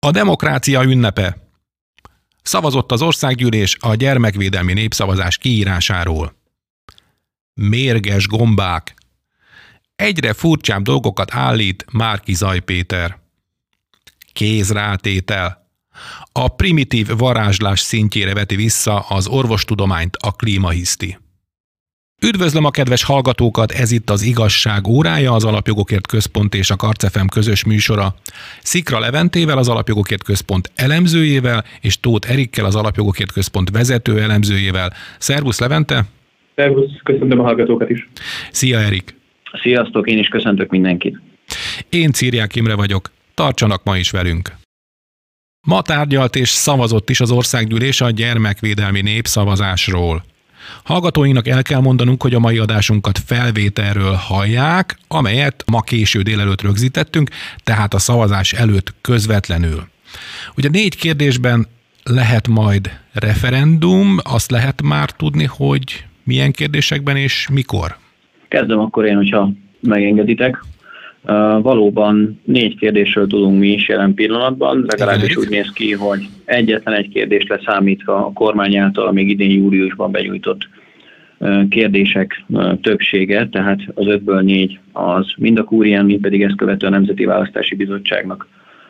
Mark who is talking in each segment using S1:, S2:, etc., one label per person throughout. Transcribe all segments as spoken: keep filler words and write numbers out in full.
S1: A demokrácia ünnepe. Szavazott az országgyűlés a gyermekvédelmi népszavazás kiírásáról. Mérges gombák. Egyre furcsább dolgokat állít Márki-Zay Péter. Kézrátétel. A primitív varázslás szintjére veti vissza az orvostudományt a klímahiszti. Üdvözlöm a kedves hallgatókat, ez itt az Igazság órája, az Alapjogokért Központ és a Karc ef em közös műsora. Szikra Leventével, az Alapjogokért Központ elemzőjével, és Tóth Erikkel, az Alapjogokért Központ vezető elemzőjével. Szervusz Levente!
S2: Szervusz, köszöntöm a hallgatókat is!
S1: Szia Erik!
S3: Sziasztok, én is köszöntök mindenkit!
S1: Én Círják Imre vagyok, tartsanak ma is velünk! Ma tárgyalt és szavazott is az országgyűlés a gyermekvédelmi népszavazásról. Hallgatóinknak el kell mondanunk, hogy a mai adásunkat felvételről hallják, amelyet ma késő délelőtt rögzítettünk, tehát a szavazás előtt közvetlenül. Ugye négy kérdésben lehet majd referendum, azt lehet már tudni, hogy milyen kérdésekben és mikor?
S3: Kezdem akkor én, hogyha megengeditek. Uh, valóban négy kérdésről tudunk mi is jelen pillanatban, legalábbis úgy néz ki, hogy egyetlen egy kérdést leszámítva a kormány által még idén júliusban benyújtott uh, kérdések uh, többsége, tehát az ötből négy az mind a kúrián, mind pedig ezt követő a Nemzeti Választási Bizottságnak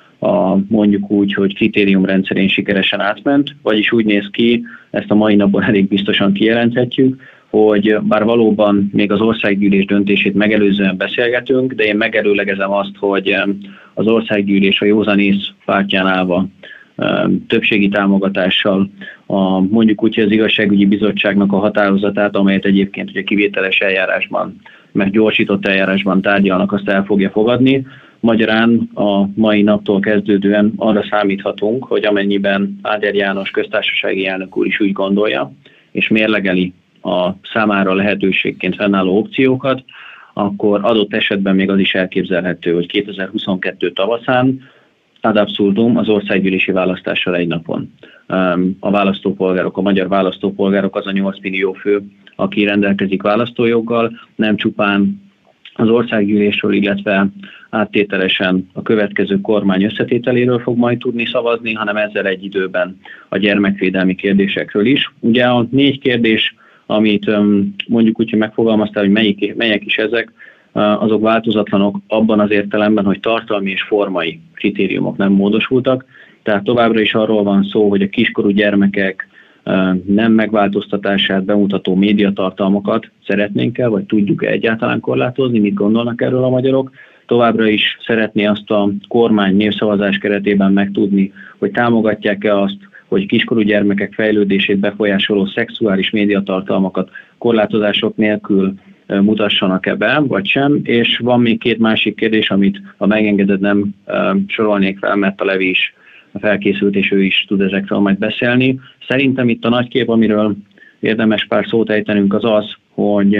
S3: a, mondjuk úgy, hogy kritériumrendszerén sikeresen átment, vagyis úgy néz ki, ezt a mai napon elég biztosan kijelenthetjük, hogy bár valóban még az országgyűlés döntését megelőzően beszélgetünk, de én megelőlegezem azt, hogy az országgyűlés a józanész pártján állva többségi támogatással a, mondjuk úgy, hogy az igazságügyi bizottságnak a határozatát, amelyet egyébként ugye kivételes eljárásban, meg gyorsított eljárásban tárgyalnak, azt el fogja fogadni. Magyarán a mai naptól kezdődően arra számíthatunk, hogy amennyiben Áder János köztársasági elnök úr is úgy gondolja, és mérlegeli a számára lehetőségként fennálló opciókat, akkor adott esetben még az is elképzelhető, hogy kétezer-huszonkettő tavaszán ad absurdum az országgyűlési választással egy napon. A választópolgárok, a magyar választópolgárok, az a nyolc millió fő, aki rendelkezik választójoggal, nem csupán az országgyűlésről, illetve áttételesen a következő kormány összetételéről fog majd tudni szavazni, hanem ezzel egy időben a gyermekvédelmi kérdésekről is. Ugye a négy kérdés, amit mondjuk úgy, hogy megfogalmaztál, hogy melyik, melyek is ezek, azok változatlanok abban az értelemben, hogy tartalmi és formai kritériumok nem módosultak. Tehát továbbra is arról van szó, hogy a kiskorú gyermekek nem megváltoztatását bemutató médiatartalmakat szeretnénk-e, vagy tudjuk-e egyáltalán korlátozni, mit gondolnak erről a magyarok. Továbbra is szeretné azt a kormány népszavazás keretében megtudni, hogy támogatják-e azt, hogy kiskorú gyermekek fejlődését befolyásoló szexuális médiatartalmakat korlátozások nélkül mutassanak-e be, vagy sem. És van még két másik kérdés, amit ha megengeded nem sorolnék fel, mert a Levi is felkészült, és ő is tud ezekről majd beszélni. Szerintem itt a nagy kép, amiről érdemes pár szót ejtenünk, az az, hogy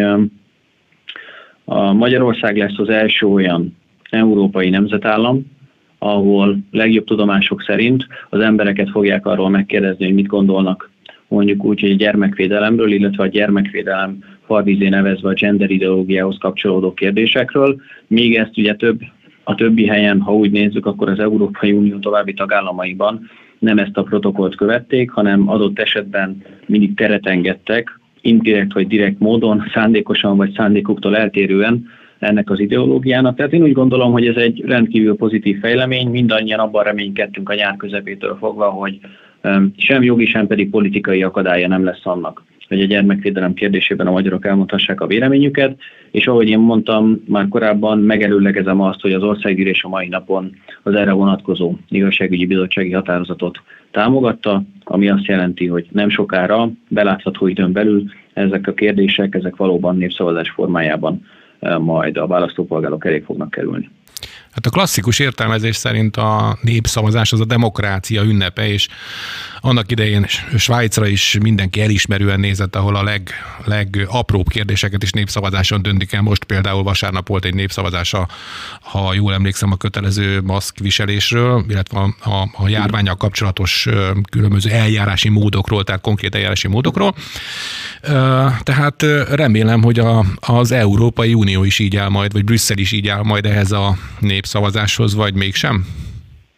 S3: a Magyarország lesz az első olyan európai nemzetállam, ahol legjobb tudomások szerint az embereket fogják arról megkérdezni, hogy mit gondolnak mondjuk úgy, hogy a gyermekvédelemről, illetve a gyermekvédelem farvízé nevezve a gender ideológiához kapcsolódó kérdésekről. Még ezt ugye több, a többi helyen, ha úgy nézzük, akkor az Európai Unió további tagállamaiban nem ezt a protokollt követték, hanem adott esetben mindig teret engedtek, indirekt vagy direkt módon, szándékosan vagy szándékuktól eltérően ennek az ideológiának. Tehát én úgy gondolom, hogy ez egy rendkívül pozitív fejlemény, mindannyian abban reménykedtünk a nyár közepétől fogva, hogy sem jogi, sem pedig politikai akadálya nem lesz annak, hogy a gyermekvédelem kérdésében a magyarok elmondhassák a véleményüket, és ahogy én mondtam már korábban, megelőlegezem azt, hogy az országgyűlés a mai napon az erre vonatkozó igazságügyi bizottsági határozatot támogatta, ami azt jelenti, hogy nem sokára, belátható időn belül ezek a kérdések, ezek valóban népszavazás formájában majd a választópolgárok elé fognak kerülni.
S1: Hát a klasszikus értelmezés szerint a népszavazás az a demokrácia ünnepe, és annak idején Svájcra is mindenki elismerően nézett, ahol a leg, legapróbb kérdéseket is népszavazáson döntik el. Most például vasárnap volt egy népszavazás, a, ha jól emlékszem, a kötelező maszkviselésről, illetve a, a, a járvánnyal kapcsolatos különböző eljárási módokról, tehát konkrét eljárási módokról. Tehát remélem, hogy a, az Európai Unió is így áll majd, vagy Brüsszel is így áll majd ehhez a népszavazáshoz, vagy mégsem?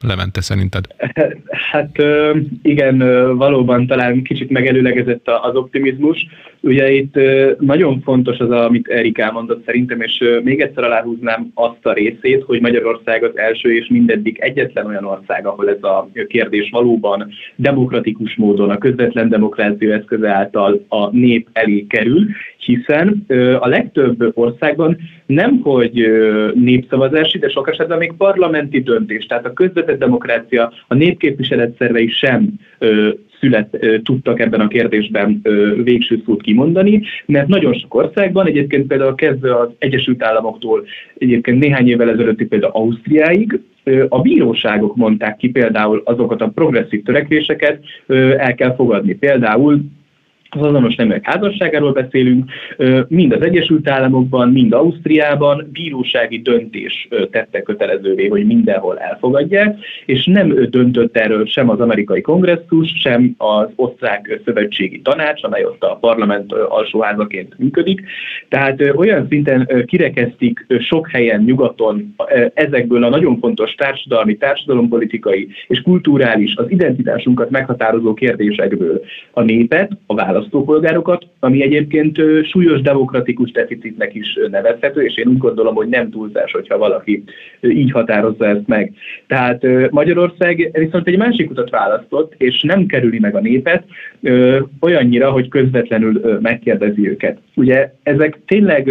S1: Levente, szerinted?
S2: Hát igen, valóban talán kicsit megelőlegezett az optimizmus. Ugye itt nagyon fontos az, amit Erik elmondott szerintem, és még egyszer aláhúznám azt a részét, hogy Magyarország az első és mindeddig egyetlen olyan ország, ahol ez a kérdés valóban demokratikus módon, a közvetlen demokrácia eszköze által a nép elé kerül, hiszen a legtöbb országban nemhogy népszavazási, de sok esetben még parlamenti döntés, tehát a közvetett demokrácia, a népképviselet szervei sem szület, tudtak ebben a kérdésben végső szót kimondani, mert nagyon sok országban, egyébként például kezdve az Egyesült Államoktól, egyébként néhány évvel ezelőtti például Ausztriáig, a bíróságok mondták ki például azokat a progresszív törekvéseket, el kell fogadni. Például az azonos neműek házasságáról beszélünk, mind az Egyesült Államokban, mind Ausztriában bírósági döntés tette kötelezővé, hogy mindenhol elfogadják, és nem döntött erről sem az amerikai kongresszus, sem az osztrák szövetségi tanács, amely ott a parlament alsóházaként működik. Tehát olyan szinten kirekeztik sok helyen nyugaton ezekből a nagyon fontos társadalmi, társadalompolitikai és kulturális, az identitásunkat meghatározó kérdésekből a népet, a választópolgárokat, ami egyébként súlyos demokratikus deficitnek is nevezhető, és én úgy gondolom, hogy nem túlzás, hogyha valaki így határozza ezt meg. Tehát Magyarország viszont egy másik utat választott, és nem kerüli meg a népet olyannyira, hogy közvetlenül megkérdezi őket. Ugye ezek tényleg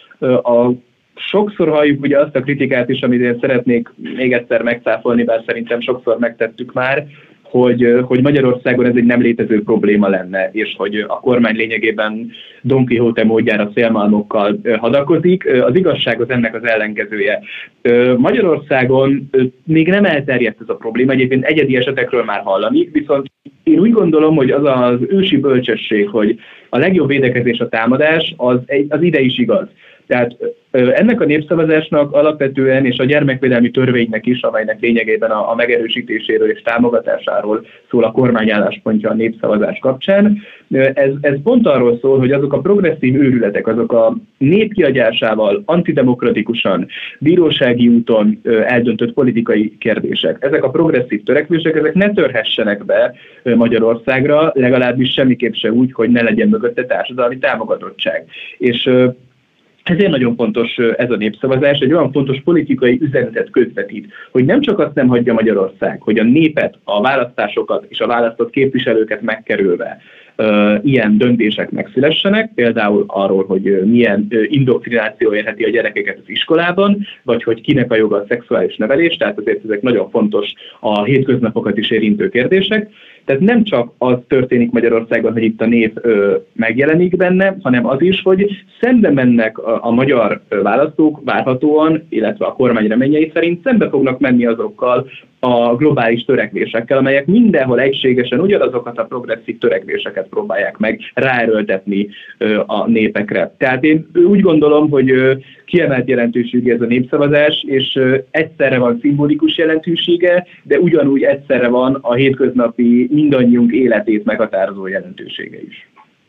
S2: a sokszor halljuk ugye azt a kritikát is, amit én szeretnék még egyszer megcáfolni, bár szerintem sokszor megtettük már, hogy, hogy Magyarországon ez egy nem létező probléma lenne, és hogy a kormány lényegében Don Quixote módjára szélmalmokkal hadakozik. Az igazság az ennek az ellenkezője. Magyarországon még nem elterjedt ez a probléma, egyébként egyedi esetekről már hallani, viszont én úgy gondolom, hogy az az ősi bölcsesség, hogy a legjobb védekezés a támadás, az, az ide is igaz. Tehát ennek a népszavazásnak alapvetően, és a gyermekvédelmi törvénynek is, amelynek lényegében a, a megerősítéséről és támogatásáról szól a kormány álláspontja a népszavazás kapcsán, ez, ez pont arról szól, hogy azok a progresszív őrületek, azok a népkiagyásával, antidemokratikusan, bírósági úton eldöntött politikai kérdések, ezek a progresszív törekvések, ezek ne törhessenek be Magyarországra, legalábbis semmiképp se úgy, hogy ne legyen mögötte társadalmi támogatottság. És ezért nagyon fontos ez a népszavazás, egy olyan fontos politikai üzenetet közvetít, hogy nem csak azt nem hagyja Magyarország, hogy a népet, a választásokat és a választott képviselőket megkerülve uh, ilyen döntések megszülessenek, például arról, hogy milyen indoktrináció érheti a gyerekeket az iskolában, vagy hogy kinek a joga a szexuális nevelés, tehát azért ezek nagyon fontos a hétköznapokat is érintő kérdések. Tehát nem csak az történik Magyarországon, hogy itt a nép ö, megjelenik benne, hanem az is, hogy szembe mennek a, a magyar választók várhatóan, illetve a kormány reményei szerint szembe fognak menni azokkal a globális törekvésekkel, amelyek mindenhol egységesen ugyanazokat a progresszív törekvéseket próbálják meg ráerőltetni ö, a népekre. Tehát én úgy gondolom, hogy ö, kiemelt jelentőségű ez a népszavazás, és ö, egyszerre van szimbolikus jelentősége, de ugyanúgy egyszerre van a hétköznapi mindannyiunk életét meghatározó jelentősége is.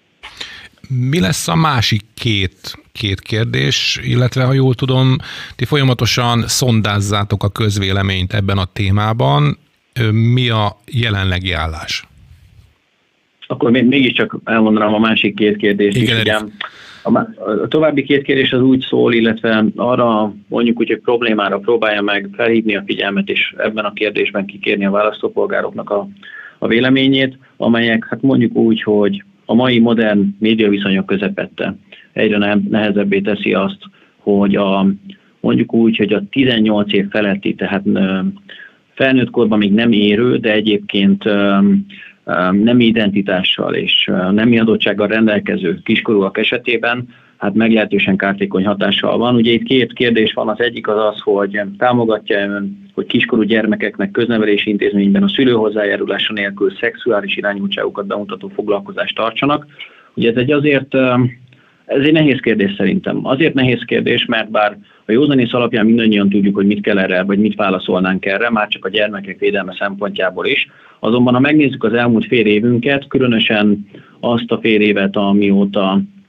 S1: Mi lesz a másik két, két kérdés, illetve ha jól tudom, ti folyamatosan szondázzátok a közvéleményt ebben a témában. Mi a jelenlegi állás?
S3: Akkor még, mégiscsak elmondanám a másik két kérdést is. Ugye, a, a további két kérdés az úgy szól, illetve arra mondjuk úgy, hogy problémára próbálja meg felhívni a figyelmet, és ebben a kérdésben kikérni a választópolgároknak a, a véleményét, amelyek hát mondjuk úgy, hogy a mai modern médiaviszonyok közepette egyre nehezebbé teszi azt, hogy a, mondjuk úgy, hogy a tizennyolc év feletti, tehát felnőtt korban még nem érő, de egyébként nem identitással és nemi adottsággal rendelkező kiskorúak esetében hát meglehetősen kártékony hatással van. Ugye itt két kérdés van, az egyik az az, hogy támogatja ön, hogy kiskorú gyermekeknek köznevelési intézményben a szülő hozzájárulása nélkül szexuális irányultságukat bemutató foglalkozást tartsanak. Ugye ez egy azért, ez egy nehéz kérdés szerintem. Azért nehéz kérdés, mert bár a józanész alapján mindannyian tudjuk, hogy mit kell erre, vagy mit válaszolnánk erre, már csak a gyermekek védelme szempontjából is. Azonban, ha megnézzük az elmúlt fél évünket, különösen azt a fél évet, amióta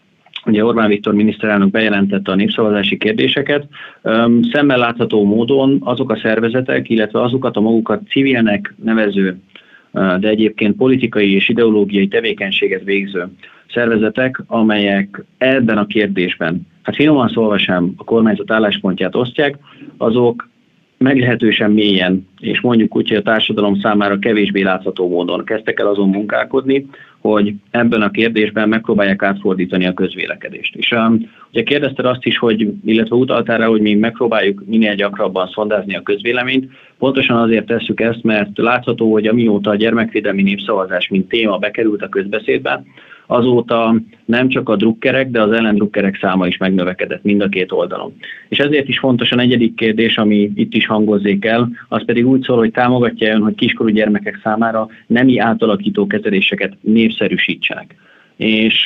S3: ugye Orbán Viktor miniszterelnök bejelentette a népszavazási kérdéseket. Szemmel látható módon azok a szervezetek, illetve azokat a magukat civilnek nevező, de egyébként politikai és ideológiai tevékenységet végző szervezetek, amelyek ebben a kérdésben, hát finoman szólva sem a kormányzat álláspontját osztják, azok meglehetősen mélyen, és mondjuk úgy, hogy a társadalom számára kevésbé látható módon kezdtek el azon munkálkodni, hogy ebben a kérdésben megpróbálják átfordítani a közvélekedést. És um, ugye kérdezted azt is, hogy, illetve utaltál rá, hogy mi megpróbáljuk minél gyakrabban szondázni a közvéleményt. Pontosan azért tesszük ezt, mert látható, hogy amióta a gyermekvédelmi népszavazás mint téma bekerült a közbeszédbe, azóta nem csak a drukkerek, de az ellendrukkerek száma is megnövekedett mind a két oldalon. És ezért is fontos a negyedik kérdés, ami itt is hangozzék el, az pedig úgy szól, hogy támogatja ön, hogy kiskorú gyermekek számára nemi átalakító kezeléseket népszerűsítsenek. És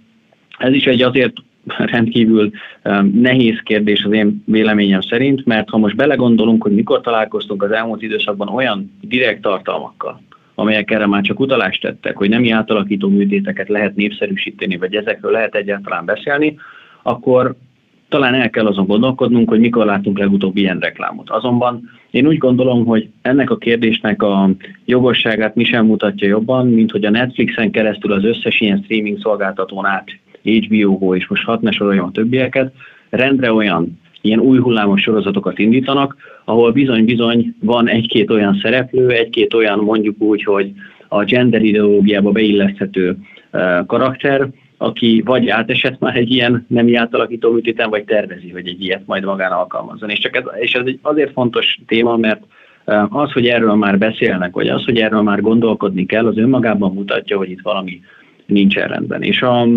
S3: ez is egy azért rendkívül nehéz kérdés az én véleményem szerint, mert ha most belegondolunk, hogy mikor találkoztunk az elmúlt időszakban olyan direkt tartalmakkal, amelyek erre már csak utalást tettek, hogy nemi átalakító műtéteket lehet népszerűsíteni, vagy ezekről lehet egyáltalán beszélni, akkor talán el kell azon gondolkodnunk, hogy mikor látunk legutóbb ilyen reklámot. Azonban én úgy gondolom, hogy ennek a kérdésnek a jogosságát mi sem mutatja jobban, mint hogy a Netflixen keresztül az összes ilyen streaming szolgáltatón át, há bé ó és most hat ne soroljam a többieket, rendre olyan ilyen új hullámos sorozatokat indítanak, ahol bizony-bizony van egy-két olyan szereplő, egy-két olyan mondjuk úgy, hogy a gender ideológiába beilleszthető karakter, aki vagy átesett már egy ilyen nemi átalakító műtéten, vagy tervezi, hogy egy ilyet majd magán alkalmazzon. És, csak ez, és ez egy azért fontos téma, mert az, hogy erről már beszélnek, vagy az, hogy erről már gondolkodni kell, az önmagában mutatja, hogy itt valami nincsen rendben. És a,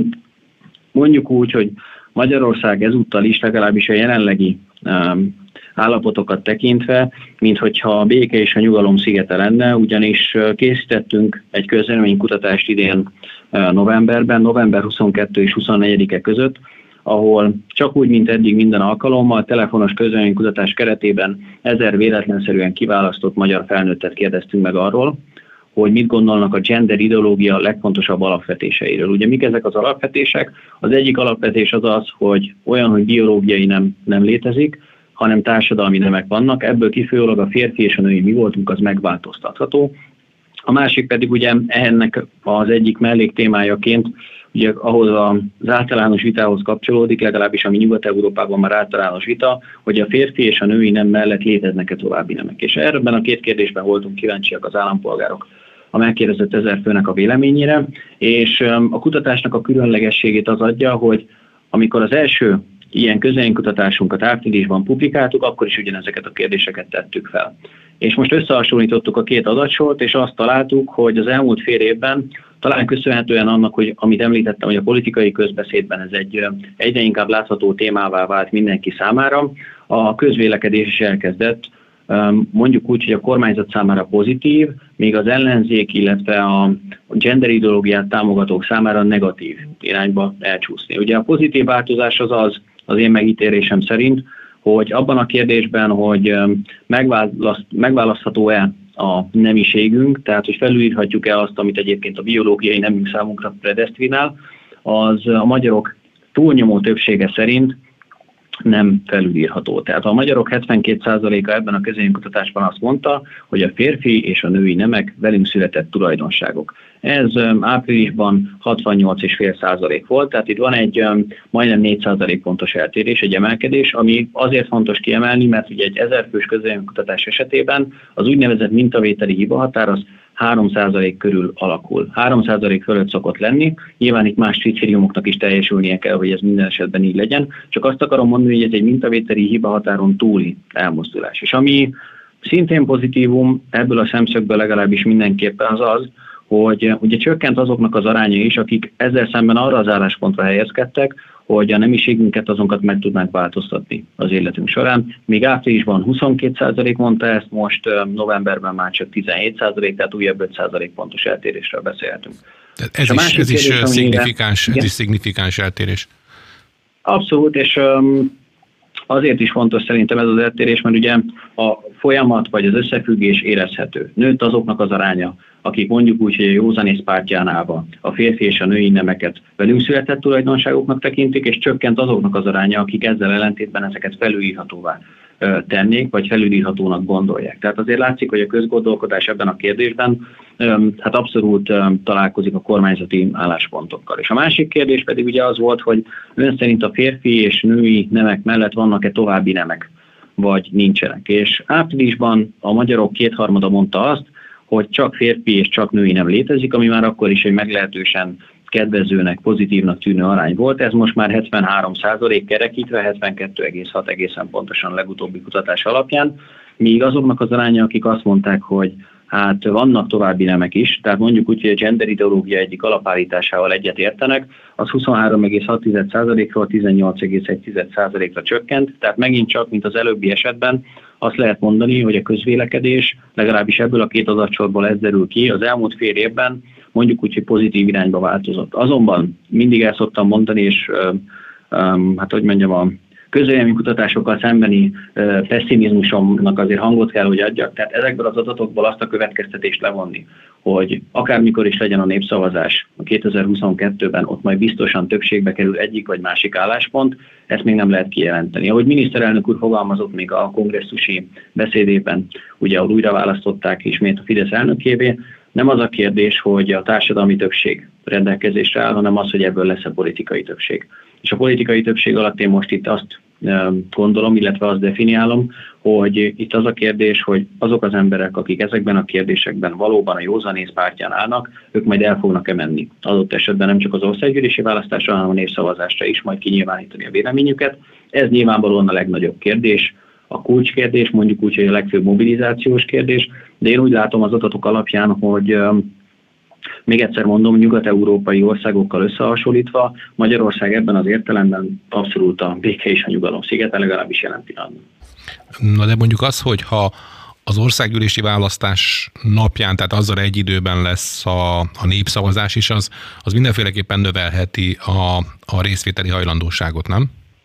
S3: mondjuk úgy, hogy Magyarország ezúttal is legalábbis a jelenlegi um, állapotokat tekintve, mint hogyha a béke és a nyugalom szigete lenne, ugyanis készítettünk egy közvéleménykutatást idén uh, novemberben, november huszonkettő és huszonnegyedike között, ahol csak úgy, mint eddig minden alkalommal, telefonos közvéleménykutatás keretében ezer véletlenszerűen kiválasztott magyar felnőttet kérdeztünk meg arról, hogy mit gondolnak a gender ideológia legfontosabb alapvetéseiről. Ugye mik ezek az alapvetések? Az egyik alapvetés az az, hogy olyan, hogy biológiai nem, nem létezik, hanem társadalmi nemek vannak, ebből kifolyólag a férfi és a női mi voltunk, az megváltoztatható. A másik pedig ugye ennek az egyik melléktémájaként, ugye ahhoz az általános vitához kapcsolódik, legalábbis ami Nyugat-Európában már általános vita, hogy a férfi és a női nem mellett léteznek-e további nemek. És ebben a két kérdésben voltunk kíváncsiak az állampolgárok a megkérdezett ezer főnek a véleményére, és a kutatásnak a különlegességét az adja, hogy amikor az első ilyen közvéleménykutatásunkat áprilisban publikáltuk, akkor is ugyanezeket a kérdéseket tettük fel. És most összehasonlítottuk a két adatsort, és azt találtuk, hogy az elmúlt fél évben talán köszönhetően annak, hogy amit említettem, hogy a politikai közbeszédben ez egy egyre inkább látható témává vált mindenki számára, a közvélekedés is elkezdett mondjuk úgy, hogy a kormányzat számára pozitív, még az ellenzék, illetve a gender ideológiát támogatók számára negatív irányba elcsúszni. Ugye a pozitív változás az az, az én megítélésem szerint, hogy abban a kérdésben, hogy megválaszt, megválasztható-e a nemiségünk, tehát hogy felülírhatjuk-e azt, amit egyébként a biológiai nemünk számunkra predesztinál, az a magyarok túlnyomó többsége szerint nem felülírható. Tehát a magyarok hetvenkét százaléka ebben a közvéleménykutatásban azt mondta, hogy a férfi és a női nemek velünk született tulajdonságok. Ez áprilisban hatvannyolc egész öt százalék volt, tehát itt van egy majdnem négy százalék pontos eltérés, egy emelkedés, ami azért fontos kiemelni, mert ugye egy ezerfős közvéleménykutatás esetében az úgynevezett mintavételi hibahatár az három százalék körül alakul. három százalék fölött szokott lenni, nyilván itt más kritériumoknak is teljesülnie kell, hogy ez minden esetben így legyen, csak azt akarom mondani, hogy ez egy mintavételi hibahatáron túli elmozdulás. És ami szintén pozitívum ebből a szemszögből legalábbis mindenképpen az az, hogy ugye csökkent azoknak az aránya is, akik ezzel szemben arra az álláspontra helyezkedtek, hogy a nemiségünket azonkat meg tudnánk változtatni az életünk során. Még áprilisban huszonkét százalék mondta ezt, most novemberben már csak tizenhét százalék, tehát újabb öt százalék pontos eltérésről beszélhetünk.
S1: Ez is, ez is szignifikáns, ez is szignifikáns eltérés.
S3: Abszolút, és um, Azért is fontos szerintem ez az eltérés, mert ugye a folyamat vagy az összefüggés érezhető. Nőtt azoknak az aránya, akik mondjuk úgy, hogy a józanész pártjánál van, a férfi és a női nemeket velünk született tulajdonságoknak tekintik, és csökkent azoknak az aránya, akik ezzel ellentétben ezeket felülírhatóvá tennék, vagy felülírhatónak gondolják. Tehát azért látszik, hogy a közgondolkodás ebben a kérdésben hát abszolút találkozik a kormányzati álláspontokkal. És a másik kérdés pedig ugye az volt, hogy ön szerint a férfi és női nemek mellett vannak-e további nemek, vagy nincsenek. És áprilisban a magyarok kétharmada mondta azt, hogy csak férfi és csak női nem létezik, ami már akkor is egy meglehetősen kedvezőnek, pozitívnak tűnő arány volt. Ez most már hetvenhárom százalék kerekítve, hetvenkettő egész hat egészen pontosan a legutóbbi kutatás alapján, míg azoknak az aránya, akik azt mondták, hogy hát vannak további nemek is, tehát mondjuk úgy, hogy a gender ideológia egyik alapállításával egyet értenek, az huszonhárom egész hat százalékról tizennyolc egész egy százalékra csökkent, tehát megint csak, mint az előbbi esetben, azt lehet mondani, hogy a közvélekedés, legalábbis ebből a két adatsorból ez derül ki, az elmúlt fél évben mondjuk úgy, hogy pozitív irányba változott. Azonban mindig el szoktam mondani, és um, hát hogy mondjam, a közvéleménykutatásokkal szembeni uh, pessimizmusomnak azért hangot kell, hogy adjak. Tehát ezekből az adatokból azt a következtetést levonni, hogy akármikor is legyen a népszavazás a kétezer-huszonkettőben, ott majd biztosan többségbe kerül egyik vagy másik álláspont, ezt még nem lehet kijelenteni. Ahogy miniszterelnök úr fogalmazott még a kongresszusi beszédében, ugye ahol újra választották ismét a Fidesz elnökévé, nem az a kérdés, hogy a társadalmi többség rendelkezésre áll, hanem az, hogy ebből lesz-e politikai többség. És a politikai többség alatt én most itt azt gondolom, illetve azt definiálom, hogy itt az a kérdés, hogy azok az emberek, akik ezekben a kérdésekben valóban a józanész pártján állnak, ők majd el fognak-e menni. Adott esetben nem csak az országgyűlési választásra, hanem a népszavazásra is majd kinyilvánítani a véleményüket. Ez nyilvánvalóan a legnagyobb kérdés, a kulcskérdés, mondjuk úgy, hogy a legfőbb mobilizációs kérdés, de én úgy látom az adatok alapján, hogy még egyszer mondom, nyugat-európai országokkal összehasonlítva, Magyarország ebben az értelemben abszolút a béke és a nyugalom szigete, legalábbis jelen pillanatban.
S1: Na de mondjuk az, hogy ha az országgyűlési választás napján, tehát azzal egy időben lesz a, a népszavazás is, az, az mindenféleképpen növelheti a, a részvételi hajlandóságot, nem?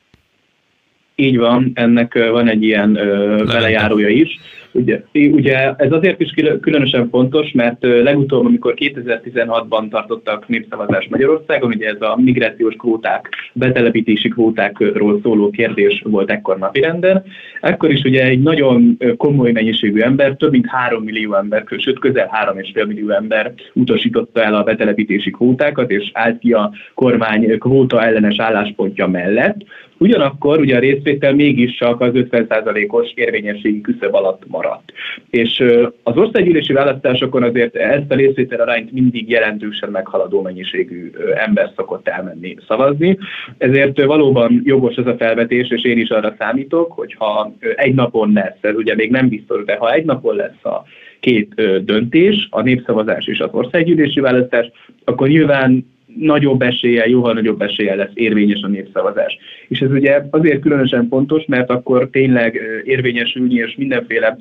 S2: Így van, ennek van egy ilyen velejárója is. Ugye, ugye ez azért is különösen fontos, mert legutóbb, amikor kétezer-tizenhatban tartottak népszavazást Magyarországon, ugye ez a migrációs kvóták, betelepítési kvótákról szóló kérdés volt ekkor napirenden, ekkor is ugye egy nagyon komoly mennyiségű ember, több mint három millió ember, sőt közel három és fél millió ember utasította el a betelepítési kvótákat, és állt ki a kormány kvóta ellenes álláspontja mellett. Ugyanakkor ugye a részvétel mégiscsak az ötven százalékos érvényességi küszöb alatt maradt. És az országgyűlési választásokon azért ezt a részvétel arányt mindig jelentősen meghaladó mennyiségű ember szokott elmenni szavazni. Ezért valóban jogos az a felvetés, és én is arra számítok, hogy ha egy napon lesz, ez ugye még nem biztos, de ha egy napon lesz a két döntés, a népszavazás és az országgyűlési választás, akkor nyilván nagyobb eséllyel, jóval nagyobb eséllyel lesz érvényes a népszavazás. És ez ugye azért különösen fontos, mert akkor tényleg érvényesülni és mindenféle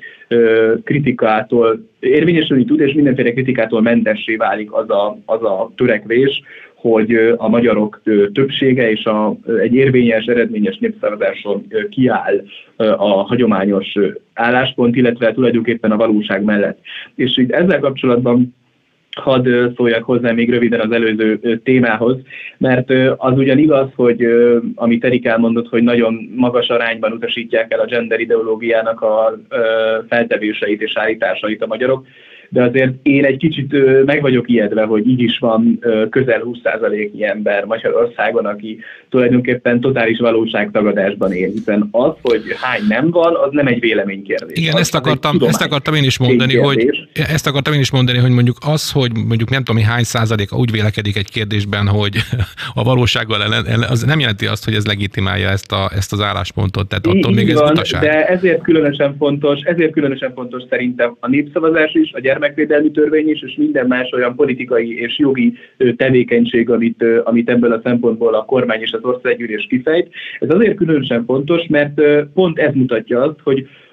S2: kritikától, érvényesülni tud, és mindenféle kritikától mentessé válik az a, az a törekvés, hogy a magyarok többsége és a, egy érvényes, eredményes népszavazáson kiáll a hagyományos álláspont, illetve tulajdonképpen a valóság mellett. És így ezzel kapcsolatban hadd szóljak hozzá még röviden az előző témához, mert az ugyan igaz, hogy amit Erik elmondott, hogy nagyon magas arányban utasítják el a gender ideológiának a feltevéseit és állításait a magyarok, de azért én egy kicsit meg vagyok ijedve, hogy így is van közel húsz százaléknyi ember Magyarországon, aki tulajdonképpen totális valóságtagadásban él, hiszen az, hogy hány nem van, az nem egy véleménykérdés.
S1: Igen, ezt akartam, ezt akartam én is mondani, hogy ezt akartam én is mondani, hogy mondjuk az, hogy mondjuk nem tudom, hány százaléka úgy vélekedik egy kérdésben, hogy a valósággal ellen, az nem jelenti azt, hogy ez legitimálja ezt, a, ezt az álláspontot, tehát attól így még ez utaság.
S2: De ezért különösen fontos, ezért különösen fontos szerintem a népszavazás is, a gyermekvédelmi törvény is, és minden más olyan politikai és jogi tevékenység, amit, amit ebből a szempontból a kormány és az országgyűlés kifejt. Ez azért különösen fontos, mert pont ez mutatja azt, hogy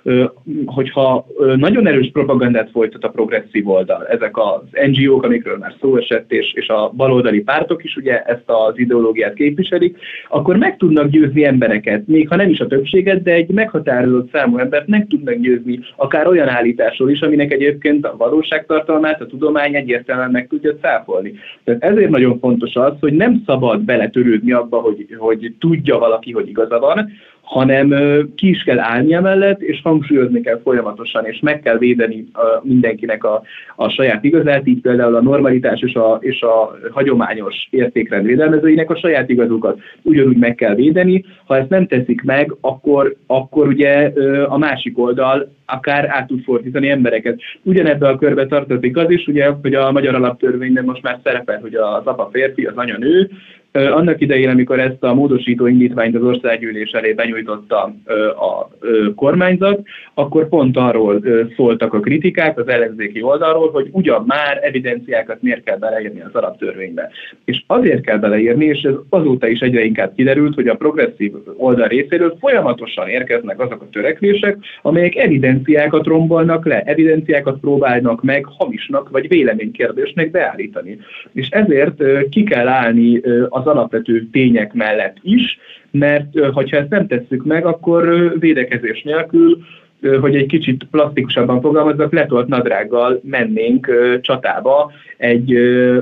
S2: hogyha nagyon erős propagandát folytat a progresszív oldal, ezek az en gé ók, amikről már szó esett, és, és a baloldali pártok is ugye ezt az ideológiát képviselik, akkor meg tudnak győzni embereket, még ha nem is a többséget, de egy meghatározott számú embert meg tudnak győzni, akár olyan állításról is, aminek egyébként a valóságtartalmát a tudomány egyértelműen meg tudja cáfolni. Tehát ezért nagyon fontos az, hogy nem szabad beletörődni abba, hogy, hogy tudja valaki, hogy igaza van, hanem ki is kell állni emellett, és hangsúlyozni kell folyamatosan, és meg kell védeni a, mindenkinek a, a saját igazát, így például a normalitás és a, és a hagyományos értékrend védelmezőinek a saját igazukat ugyanúgy meg kell védeni. Ha ezt nem teszik meg, akkor, akkor ugye a másik oldal akár át tud fordítani embereket. Ugyanebben a körbe tartozik az is, ugye, hogy a magyar alaptörvényben most már szerepel, hogy az apa férfi, az anya nő. Annak idején, amikor ezt a módosító indítványt az országgyűlés elé benyújtotta a kormányzat, akkor pont arról szóltak a kritikák az ellenzéki oldalról, hogy ugyan már evidenciákat miért kell beleírni az alaptörvénybe. És azért kell beleírni, és ez azóta is egyre inkább kiderült, hogy a progresszív oldal részéről folyamatosan érkeznek azok a törekvések, amelyek evidenciákat rombolnak le, evidenciákat próbálnak meg hamisnak vagy véleménykérdésnek beállítani. És ezért ki kell állni az alapvető tények mellett is, mert ha ezt nem tesszük meg, akkor védekezés nélkül, hogy egy kicsit plastikusabban fogalmazzak, letolt nadrággal mennénk csatába egy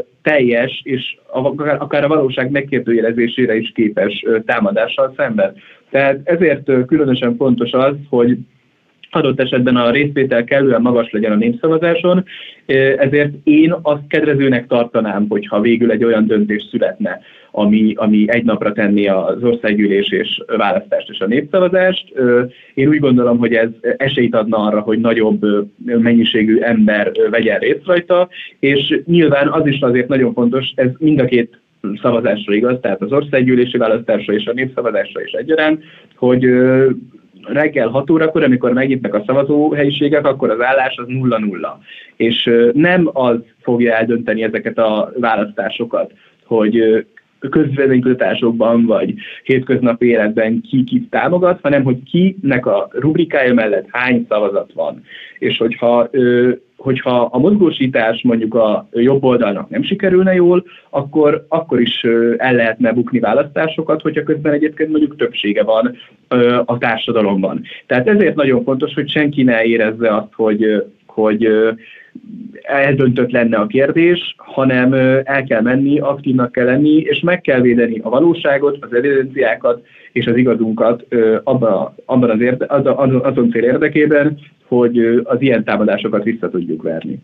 S2: teljes és akár a valóság megkérdőjelezésére is képes támadással szemben. Tehát ezért különösen fontos az, hogy adott esetben a részvétel kellően magas legyen a népszavazáson, ezért én azt kedvezőnek tartanám, hogyha végül egy olyan döntés születne, ami, ami egy napra tenni az országgyűlés és választást és a népszavazást. Én úgy gondolom, hogy ez esélyt adna arra, hogy nagyobb mennyiségű ember vegyen részt rajta, és nyilván az is azért nagyon fontos, ez mind a két szavazásra igaz, tehát az országgyűlési választásra és a népszavazásra is egyaránt, hogy reggel hat órakor, amikor megnyitnak a szavazóhelyiségek, akkor az állás az nulla nulla. És nem az fogja eldönteni ezeket a választásokat, hogy közvéleménykutatásokban vagy hétköznapi életben ki kit támogat, hanem hogy kinek a rubrikája mellett hány szavazat van. És hogyha, hogyha a mozgósítás mondjuk a jobb oldalnak nem sikerülne jól, akkor, akkor is el lehetne bukni választásokat, hogyha közben egyébként mondjuk többsége van a társadalomban. Tehát ezért nagyon fontos, hogy senki ne érezze azt, hogy, hogy eldöntött lenne a kérdés, hanem el kell menni, aktívnak kell lenni, és meg kell védeni a valóságot, az evidenciákat és az igazunkat abban, abban az érde, azon cél érdekében, hogy az ilyen támadásokat vissza tudjuk verni.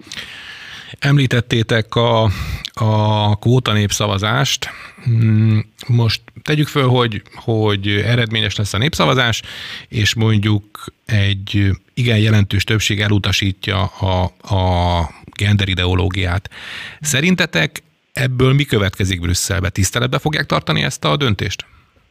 S1: Említettétek a, a kvóta népszavazást. Most tegyük föl, hogy, hogy eredményes lesz a népszavazás, és mondjuk egy igen jelentős többség elutasítja a, a gender ideológiát. Szerintetek ebből mi következik Brüsszelbe? Tiszteletbe fogják tartani ezt a döntést?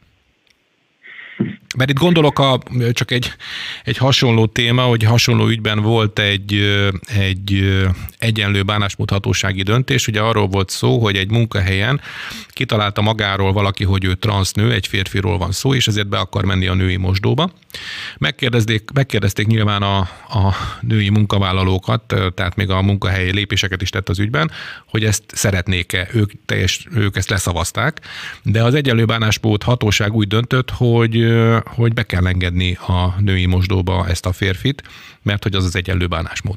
S1: Mert itt gondolok, a, csak egy, egy hasonló téma, hogy hasonló ügyben volt egy, egy egyenlő bánásmódhatósági döntés. Ugye arról volt szó, hogy egy munkahelyen kitalálta magáról valaki, hogy ő transznő, egy férfiról van szó, és ezért be akar menni a női mosdóba. Megkérdezték, megkérdezték nyilván a, a női munkavállalókat, tehát még a munkahelyi lépéseket is tett az ügyben, hogy ezt szeretnék-e, ők, teljes, ők ezt leszavazták, de az egyenlő bánásmód hatóság úgy döntött, hogy hogy be kell engedni a női mosdóba ezt a férfit, mert hogy az az egyenlő bánásmód.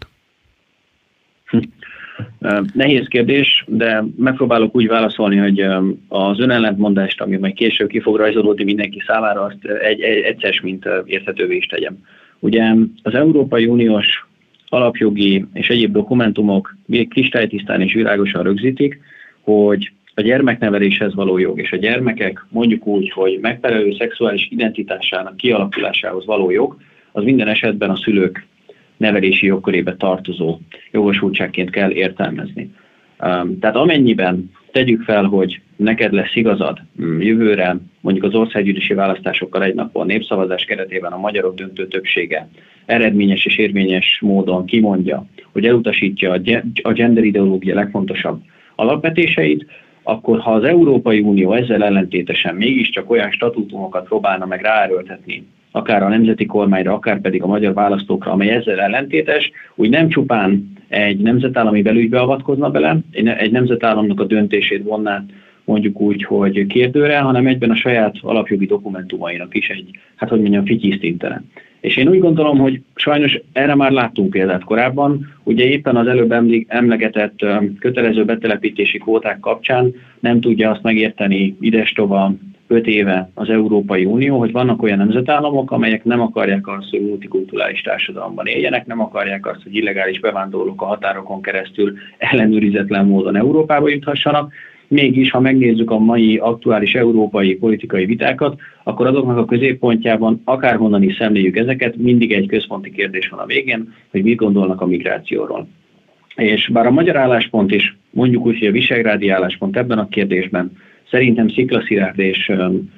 S3: Nehéz kérdés, de megpróbálok úgy válaszolni, hogy az önellentmondást, ami majd később ki fog rajzolódni mindenki számára, azt egy, egy, egyszer mint érthetővé is tegyem. Ugye az Európai Uniós alapjogi és egyéb dokumentumok kristálytisztán és világosan rögzítik, hogy a gyermekneveléshez való jog, és a gyermekek mondjuk úgy, hogy megfelelő szexuális identitásának kialakulásához való jog, az minden esetben a szülők nevelési jogkörébe tartozó jogosultságként kell értelmezni. Tehát amennyiben tegyük fel, hogy neked lesz igazad jövőre, mondjuk az országgyűlési választásokkal egy nappal népszavazás keretében a magyarok döntő többsége eredményes és érvényes módon kimondja, hogy elutasítja a gender ideológia legfontosabb alapvetéseit, akkor ha az Európai Unió ezzel ellentétesen mégiscsak olyan statútumokat próbálna meg ráerőltetni akár a nemzeti kormányra, akár pedig a magyar választókra, amely ezzel ellentétes, úgy nem csupán egy nemzetállami belügybe avatkozna bele, egy nemzetállamnak a döntését vonná mondjuk úgy, hogy kérdőre, hanem egyben a saját alapjogi dokumentumainak is egy, hát hogy mondjam, fityisztintene. És én úgy gondolom, hogy sajnos erre már láttunk példát korábban, ugye éppen az előbb emlegetett kötelező betelepítési kvóták kapcsán nem tudja azt megérteni idestova öt éve az Európai Unió, hogy vannak olyan nemzetállamok, amelyek nem akarják azt, hogy multikulturális társadalomban éljenek, nem akarják azt, hogy illegális bevándorlók a határokon keresztül ellenőrizetlen módon Európába juthassanak. Mégis, ha megnézzük a mai aktuális európai politikai vitákat, akkor azoknak a középpontjában, akárhonnan is szemléljük ezeket, mindig egy központi kérdés van a végén, hogy mit gondolnak a migrációról. És bár a magyar álláspont is, mondjuk úgy, hogy a visegrádi álláspont ebben a kérdésben szerintem sziklaszilárd és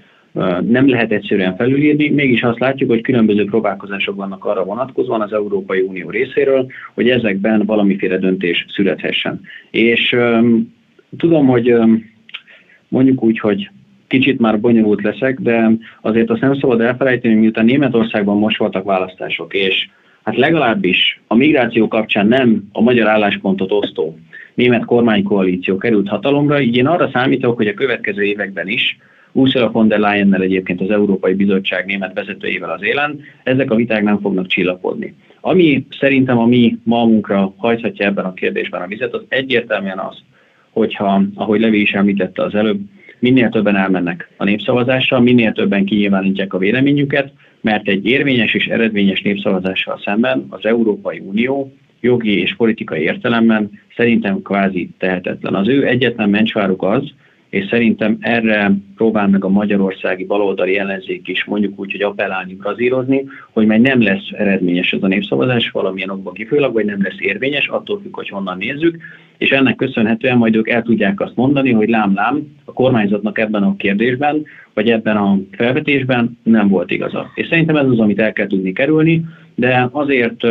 S3: nem lehet egyszerűen felülírni, mégis azt látjuk, hogy különböző próbálkozások vannak arra vonatkozóan az Európai Unió részéről, hogy ezekben valamiféle döntés születhessen. És um, tudom, hogy um, mondjuk úgy, hogy kicsit már bonyolult leszek, de azért azt nem szabad elfelejteni, miután Németországban most voltak választások, és hát legalábbis a migráció kapcsán nem a magyar álláspontot osztó német kormánykoalíció került hatalomra, így én arra számítok, hogy a következő években is Ursula von der Leyennel, egyébként az Európai Bizottság német vezetőjével az élen, ezek a viták nem fognak csillapodni. Ami szerintem a mi malmunkra hajthatja ebben a kérdésben a vizet, az egyértelműen az, hogyha, ahogy Levi is említette az előbb, minél többen elmennek a népszavazással, minél többen kinyilvánítják a véleményüket, mert egy érvényes és eredményes népszavazással szemben az Európai Unió jogi és politikai értelemben szerintem kvázi tehetetlen. Az ő egyetlen mencsváruk az, és szerintem erre próbál meg a magyarországi baloldali ellenzék is mondjuk úgy, hogy appellálni, brazírozni, hogy majd nem lesz eredményes ez a népszavazás valamilyen okból kifolyólag, vagy nem lesz érvényes, attól függ, hogy honnan nézzük, és ennek köszönhetően majd ők el tudják azt mondani, hogy lám-lám, a kormányzatnak ebben a kérdésben, vagy ebben a felvetésben nem volt igaza. És szerintem ez az, amit el kell tudni kerülni, de azért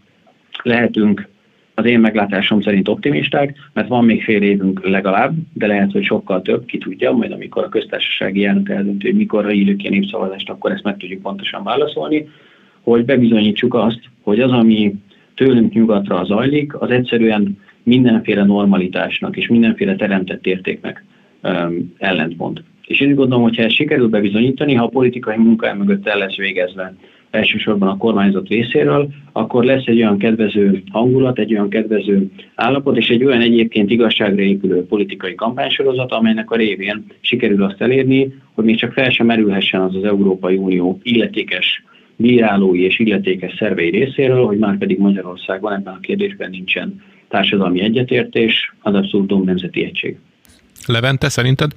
S3: lehetünk az én meglátásom szerint optimisták, mert van még fél évünk legalább, de lehet, hogy sokkal több, ki tudja, majd amikor a köztársasági elnök eldönti, hogy mikorra írjuk ki a népszavazást, akkor ezt meg tudjuk pontosan válaszolni, hogy bebizonyítsuk azt, hogy az, ami tőlünk nyugatra zajlik, az egyszerűen mindenféle normalitásnak és mindenféle teremtett értéknek um, ellentmond. És én úgy gondolom, hogy ha ezt sikerül bebizonyítani, ha a politikai munka mögött el lesz végezve, elsősorban a kormányzat részéről, akkor lesz egy olyan kedvező hangulat, egy olyan kedvező állapot, és egy olyan egyébként igazságra épülő politikai kampánysorozat, amelynek a révén sikerül azt elérni, hogy még csak fel sem merülhessen az az Európai Unió illetékes bírálói és illetékes szervei részéről, hogy már pedig Magyarországon ebben a kérdésben nincsen társadalmi egyetértés, az abszurdum nemzeti egység.
S1: Levente, szerinted?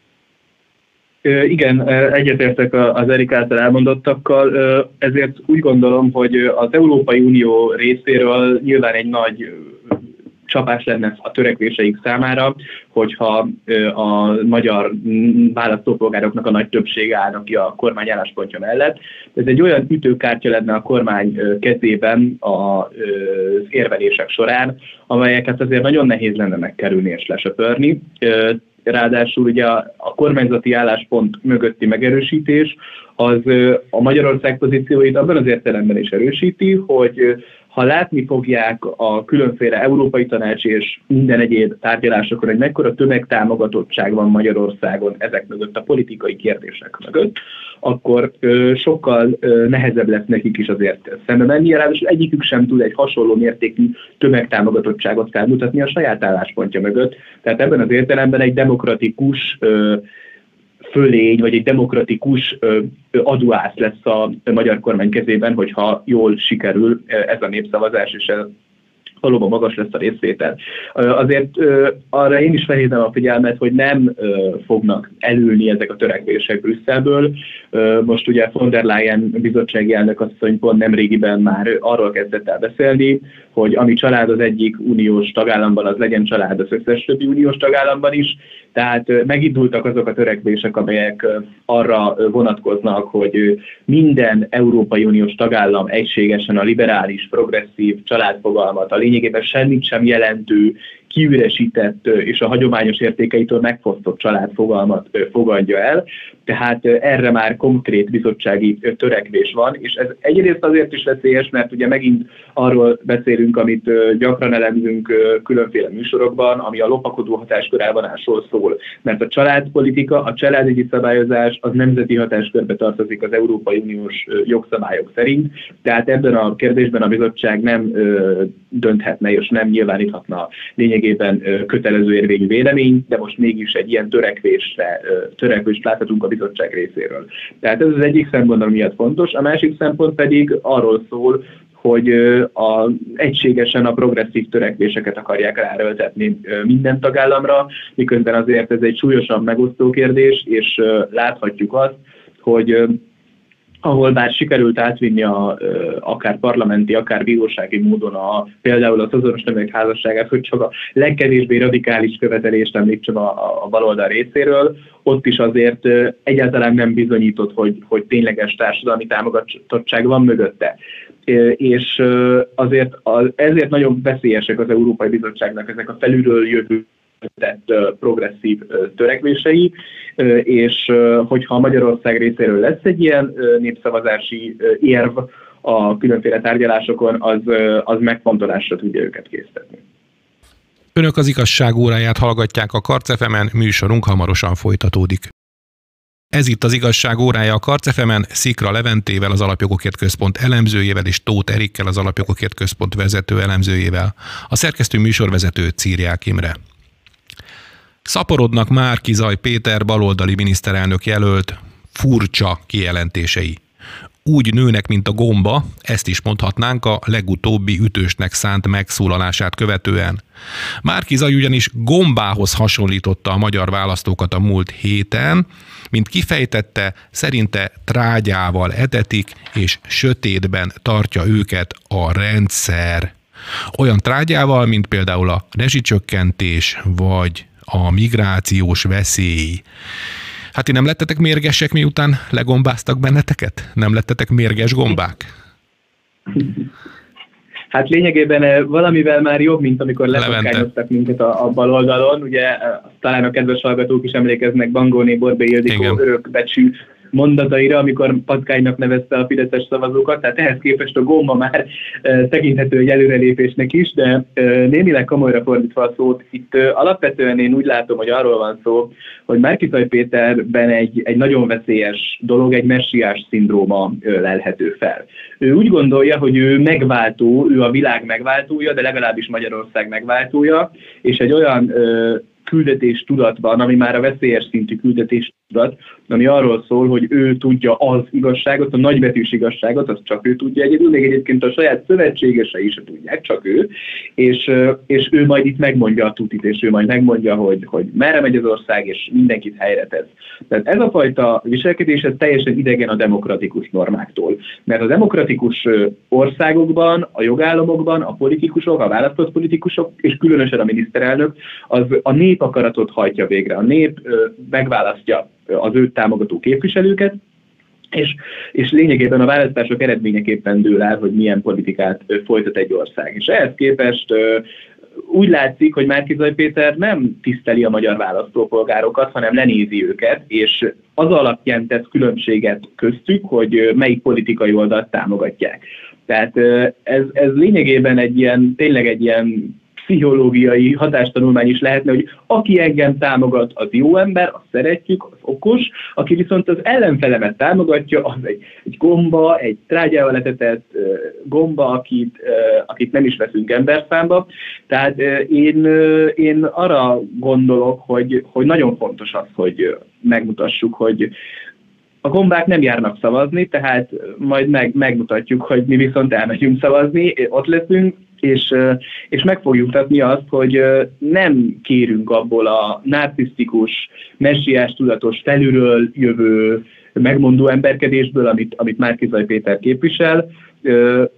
S2: Igen, egyetértek az Erik által elmondottakkal, ezért úgy gondolom, hogy az Európai Unió részéről nyilván egy nagy csapás lenne a törekvéseik számára, hogyha a magyar választópolgároknak a nagy többsége állnak ki a kormány álláspontja mellett. Ez egy olyan ütőkártya lenne a kormány kezében az érvelések során, amelyeket azért nagyon nehéz lenne megkerülni és lesöpörni. Ráadásul ugye a, a kormányzati álláspont mögötti megerősítés az a Magyarország pozícióit abban az értelemben is erősíti, hogy ha látni fogják a különféle Európai Tanács és minden egyéb tárgyalásokon, hogy mekkora tömegtámogatottság van Magyarországon ezek mögött, a politikai kérdések mögött, akkor ö, sokkal ö, nehezebb lesz nekik is azért szembe menni, ráadásul egyikük sem tud egy hasonló mértékű tömegtámogatottságot felmutatni a saját álláspontja mögött. Tehát ebben az értelemben egy demokratikus ö, fölény, vagy egy demokratikus ö, aduász lesz a magyar kormány kezében, hogyha jól sikerül ez a népszavazás, és ez valóban magas lesz a részvétel. Azért arra én is felhívnám a figyelmet, hogy nem fognak elülni ezek a törekvések Brüsszelből. Most ugye von der Leyen bizottsági elnök asszony pont nemrégiben már arról kezdett el beszélni, hogy ami család az egyik uniós tagállamban, az legyen család az összes többi uniós tagállamban is. Tehát megindultak azok a törekvések, amelyek arra vonatkoznak, hogy minden Európai Uniós tagállam egységesen a liberális, progresszív családfogalmat, a lényegében semmit sem jelentő kiüresített és a hagyományos értékeitől megfosztott családfogalmat fogadja el, tehát erre már konkrét bizottsági törekvés van, és ez egyrészt azért is veszélyes, mert ugye megint arról beszélünk, amit gyakran elemzünk különféle műsorokban, ami a lopakodó hatáskör elvonásról szól, mert a családpolitika, a családügyi szabályozás az nemzeti hatáskörbe tartozik az Európai Uniós jogszabályok szerint, tehát ebben a kérdésben a bizottság nem dönthetne és nem nyilváníthatna lényegében kötelező érvényű véleményt, de most mégis egy ilyen törekvésre, törekvést láthatunk a bizottság részéről. Tehát ez az egyik szempont, ami miatt fontos, a másik szempont pedig arról szól, hogy a, egységesen a progresszív törekvéseket akarják ráerőltetni minden tagállamra, miközben azért ez egy súlyosan megosztó kérdés, és láthatjuk azt, hogy ahol bár sikerült átvinni a, akár parlamenti, akár bírósági módon a, például az azonos neműek házasságát, hogy csak a legkevésbé radikális követelést említsem a, a baloldal részéről, ott is azért egyáltalán nem bizonyított, hogy, hogy tényleges társadalmi támogatottság van mögötte. És azért ezért nagyon veszélyesek az Európai Bizottságnak ezek a felülről jövő tett progresszív törekvései, és hogyha Magyarország részéről lesz egy ilyen népszavazási érv a különféle tárgyalásokon, az, az megfontolásra tudja őket késztetni.
S1: Önök az igazság óráját hallgatják a Karc ef emen, műsorunk hamarosan folytatódik. Ez itt az igazság órája a Karc ef emen, Szikra Leventével, az Alapjogokért Központ elemzőjével és Tóth Erikkel, az Alapjogokért Központ vezető elemzőjével. A szerkesztő műsorvezető Círiák Imre. Szaporodnak Márki-Zay Péter baloldali miniszterelnök jelölt furcsa kijelentései. Úgy nőnek, mint a gomba, ezt is mondhatnánk a legutóbbi ütősnek szánt megszólalását követően. Márki-Zay ugyanis gombához hasonlította a magyar választókat a múlt héten, mint kifejtette, szerinte trágyával etetik, és sötétben tartja őket a rendszer. Olyan trágyával, mint például a rezsicsökkentés, vagy a migrációs veszély. Hát ti nem lettetek mérgesek, miután legombáztak benneteket? Nem lettetek mérges gombák?
S2: Hát lényegében valamivel már jobb, mint amikor lepatkányoztak minket a, a bal oldalon. Ugye talán a kedves hallgatók is emlékeznek Bangóné Borbély Ildikó örökbecsű mondataira, amikor patkánynak nevezte a fideszes szavazókat, tehát ehhez képest a gomba már e, tekinthető egy előrelépésnek is, de e, némileg komolyra fordítva a szót, itt e, alapvetően én úgy látom, hogy arról van szó, hogy Márki-Zay Péterben egy, egy nagyon veszélyes dolog, egy messiás szindróma e, lelhető fel. Ő úgy gondolja, hogy ő megváltó, ő a világ megváltója, de legalábbis Magyarország megváltója, és egy olyan e, küldetés tudatban, ami már a veszélyes szintű küldetés tudat, ami arról szól, hogy ő tudja az igazságot, a nagybetűs igazságot, azt csak ő tudja egyedül, még egyébként a saját szövetségesei is tudják, csak ő, és, és ő majd itt megmondja a tutit, és ő majd megmondja, hogy, hogy merre megy az ország, és mindenkit helyre tesz. Tehát ez a fajta viselkedés ez teljesen idegen a demokratikus normáktól. Mert a demokratikus országokban, a jogállamokban, a politikusok, a választott politikusok, és különösen a miniszterelnök, az a nép akaratot hajtja végre. A nép megválasztja az őt támogató képviselőket, és, és lényegében a választások eredményeképpen dől el, hogy milyen politikát folytat egy ország. És ehhez képest úgy látszik, hogy Márki-Zay Péter nem tiszteli a magyar választópolgárokat, hanem lenézi őket, és az alapján tesz különbséget köztük, hogy melyik politikai oldalt támogatják. Tehát ez, ez lényegében egy ilyen, tényleg egy ilyen pszichológiai hatástanulmány is lehetne, hogy aki engem támogat, az jó ember, azt szeretjük, az okos, aki viszont az ellenfelemet támogatja, az egy, egy gomba, egy trágyával etetett uh, gomba, akit, uh, akit nem is veszünk emberszámba. Tehát uh, én, uh, én arra gondolok, hogy, hogy nagyon fontos az, hogy uh, megmutassuk, hogy a gombák nem járnak szavazni, tehát majd meg, megmutatjuk, hogy mi viszont elmegyünk szavazni, ott leszünk, és, és meg fogjuk mutatni azt, hogy nem kérünk abból a narcisztikus, messiás tudatos, felülről jövő, megmondó emberkedésből, amit, amit Márki-Zay Péter képvisel.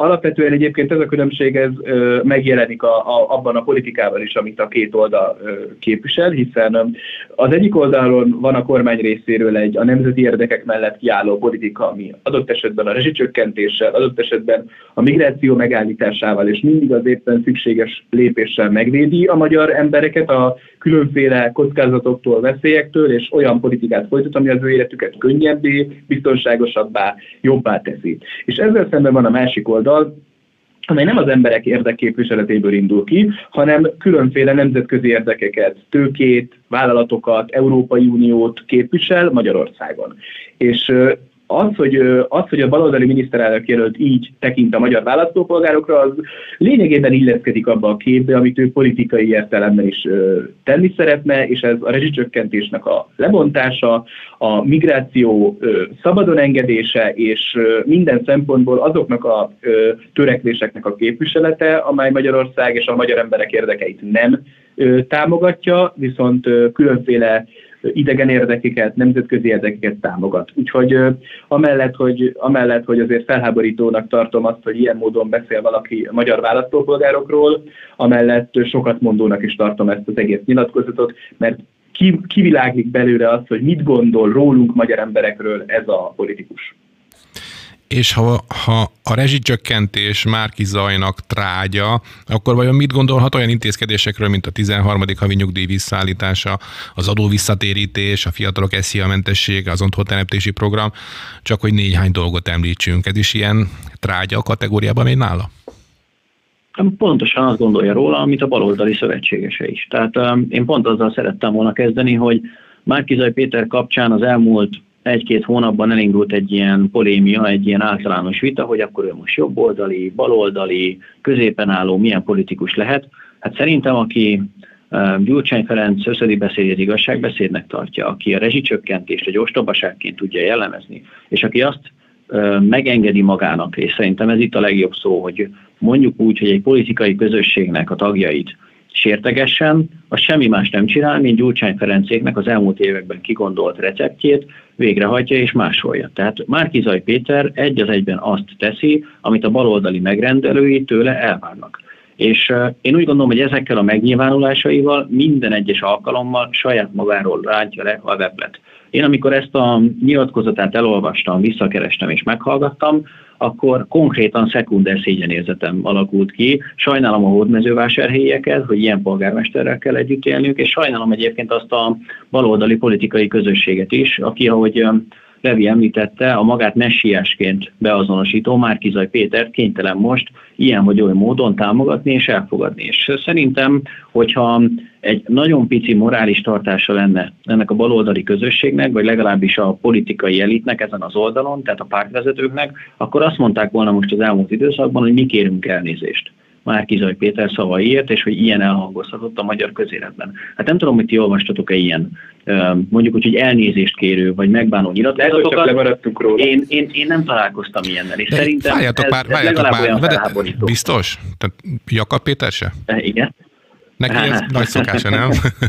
S2: alapvetően egyébként ez a különbség ez ö, megjelenik a, a, abban a politikában is, amit a két oldal ö, képvisel, hiszen az egyik oldalon van a kormány részéről egy a nemzeti érdekek mellett kiálló politika, ami adott esetben a rezsicsökkentéssel, adott esetben a migráció megállításával és mindig az éppen szükséges lépéssel megvédi a magyar embereket a különféle kockázatoktól, veszélyektől, és olyan politikát folytat, ami az ő életüket könnyebbé, biztonságosabbá, jobbá teszi. És ezzel szemben van a másik oldal, amely nem az emberek érdekképviseletéből indul ki, hanem különféle nemzetközi érdekeket, tőkét, vállalatokat, Európai Uniót képvisel Magyarországon. És az, hogy, az, hogy a baloldali miniszterelnök jelölt így tekint a magyar választópolgárokra, az lényegében illeszkedik abba a képbe, amit ő politikai értelemben is tenni szeretne, és ez a rezsicsökkentésnek a lebontása, a migráció szabadon engedése, és minden szempontból azoknak a törekvéseknek a képviselete, amely Magyarország és a magyar emberek érdekeit nem támogatja, viszont különféle idegen érdekeket, nemzetközi érdekeket támogat. Úgyhogy amellett, hogy, amellett, hogy azért felháborítónak tartom azt, hogy ilyen módon beszél valaki a magyar választópolgárokról, amellett sokat mondónak is tartom ezt az egész nyilatkozatot, mert kiviláglik belőle azt, hogy mit gondol rólunk, magyar emberekről ez a politikus.
S1: És ha, ha a rezsicsökkentés Márki Zajnak trágya, akkor vajon mit gondolhat olyan intézkedésekről, mint a tizenharmadik havi nyugdíj visszaállítása, az adó visszatérítés, a fiatalok es zé i á-mentessége, az otthonteremtési program, csak hogy néhány dolgot említsünk. Ez is ilyen trágya a kategóriában megy nála?
S3: Pontosan azt gondolja róla, amit a baloldali szövetségese is. Tehát um, én pont azzal szerettem volna kezdeni, hogy Márki Zaj Péter kapcsán az elmúlt egy-két hónapban elindult egy ilyen polémia, egy ilyen általános vita, hogy akkor ő most jobboldali, baloldali, középen álló, milyen politikus lehet. Hát szerintem, aki uh, Gyurcsány Ferenc összödi beszédét igazságbeszédnek tartja, aki a rezsicsökkentést egy ostobaságként tudja jellemezni, és aki azt uh, megengedi magának, és szerintem ez itt a legjobb szó, hogy mondjuk úgy, hogy egy politikai közösségnek a tagjait sértegessen, az semmi más nem csinál, mint Gyurcsány Ferencéknek az elmúlt években kigondolt receptjét végrehajtja és másolja. Tehát Márki Zaj Péter egy az egyben azt teszi, amit a baloldali megrendelői tőle elvárnak. És uh, én úgy gondolom, hogy ezekkel a megnyilvánulásaival minden egyes alkalommal saját magáról rántja le a weblet. Én amikor ezt a nyilatkozatát elolvastam, visszakerestem és meghallgattam, akkor konkrétan szekunder szégyenérzetem alakult ki. Sajnálom a hódmezővásárhelyieket, hogy ilyen polgármesterrel kell együtt élniük, és sajnálom egyébként azt a baloldali politikai közösséget is, aki, ahogy Levi említette, a magát messiásként beazonosító Márki Zaj Pétert kénytelen most ilyen vagy olyan módon támogatni és elfogadni. És szerintem, hogyha egy nagyon pici morális tartása lenne ennek a baloldali közösségnek, vagy legalábbis a politikai elitnek ezen az oldalon, tehát a pártvezetőknek, akkor azt mondták volna most az elmúlt időszakban, hogy mi kérünk elnézést Márki Zaj Péter szavaiért, és hogy ilyen elhangozhatott a magyar közéletben. Hát nem tudom, hogy ti olvastatok-e ilyen, mondjuk úgy, hogy elnézést kérő, vagy megbánó nyilatkozatokat. Én, én, én nem találkoztam ilyennel, és de szerintem
S1: várjátok
S3: ez,
S1: már,
S3: ez legalább
S1: már,
S3: olyan
S1: de
S3: felháborító.
S1: Biztos? Tehát Jakab Péter se?
S3: Igen.
S1: Neki ez nagy szokása, nem?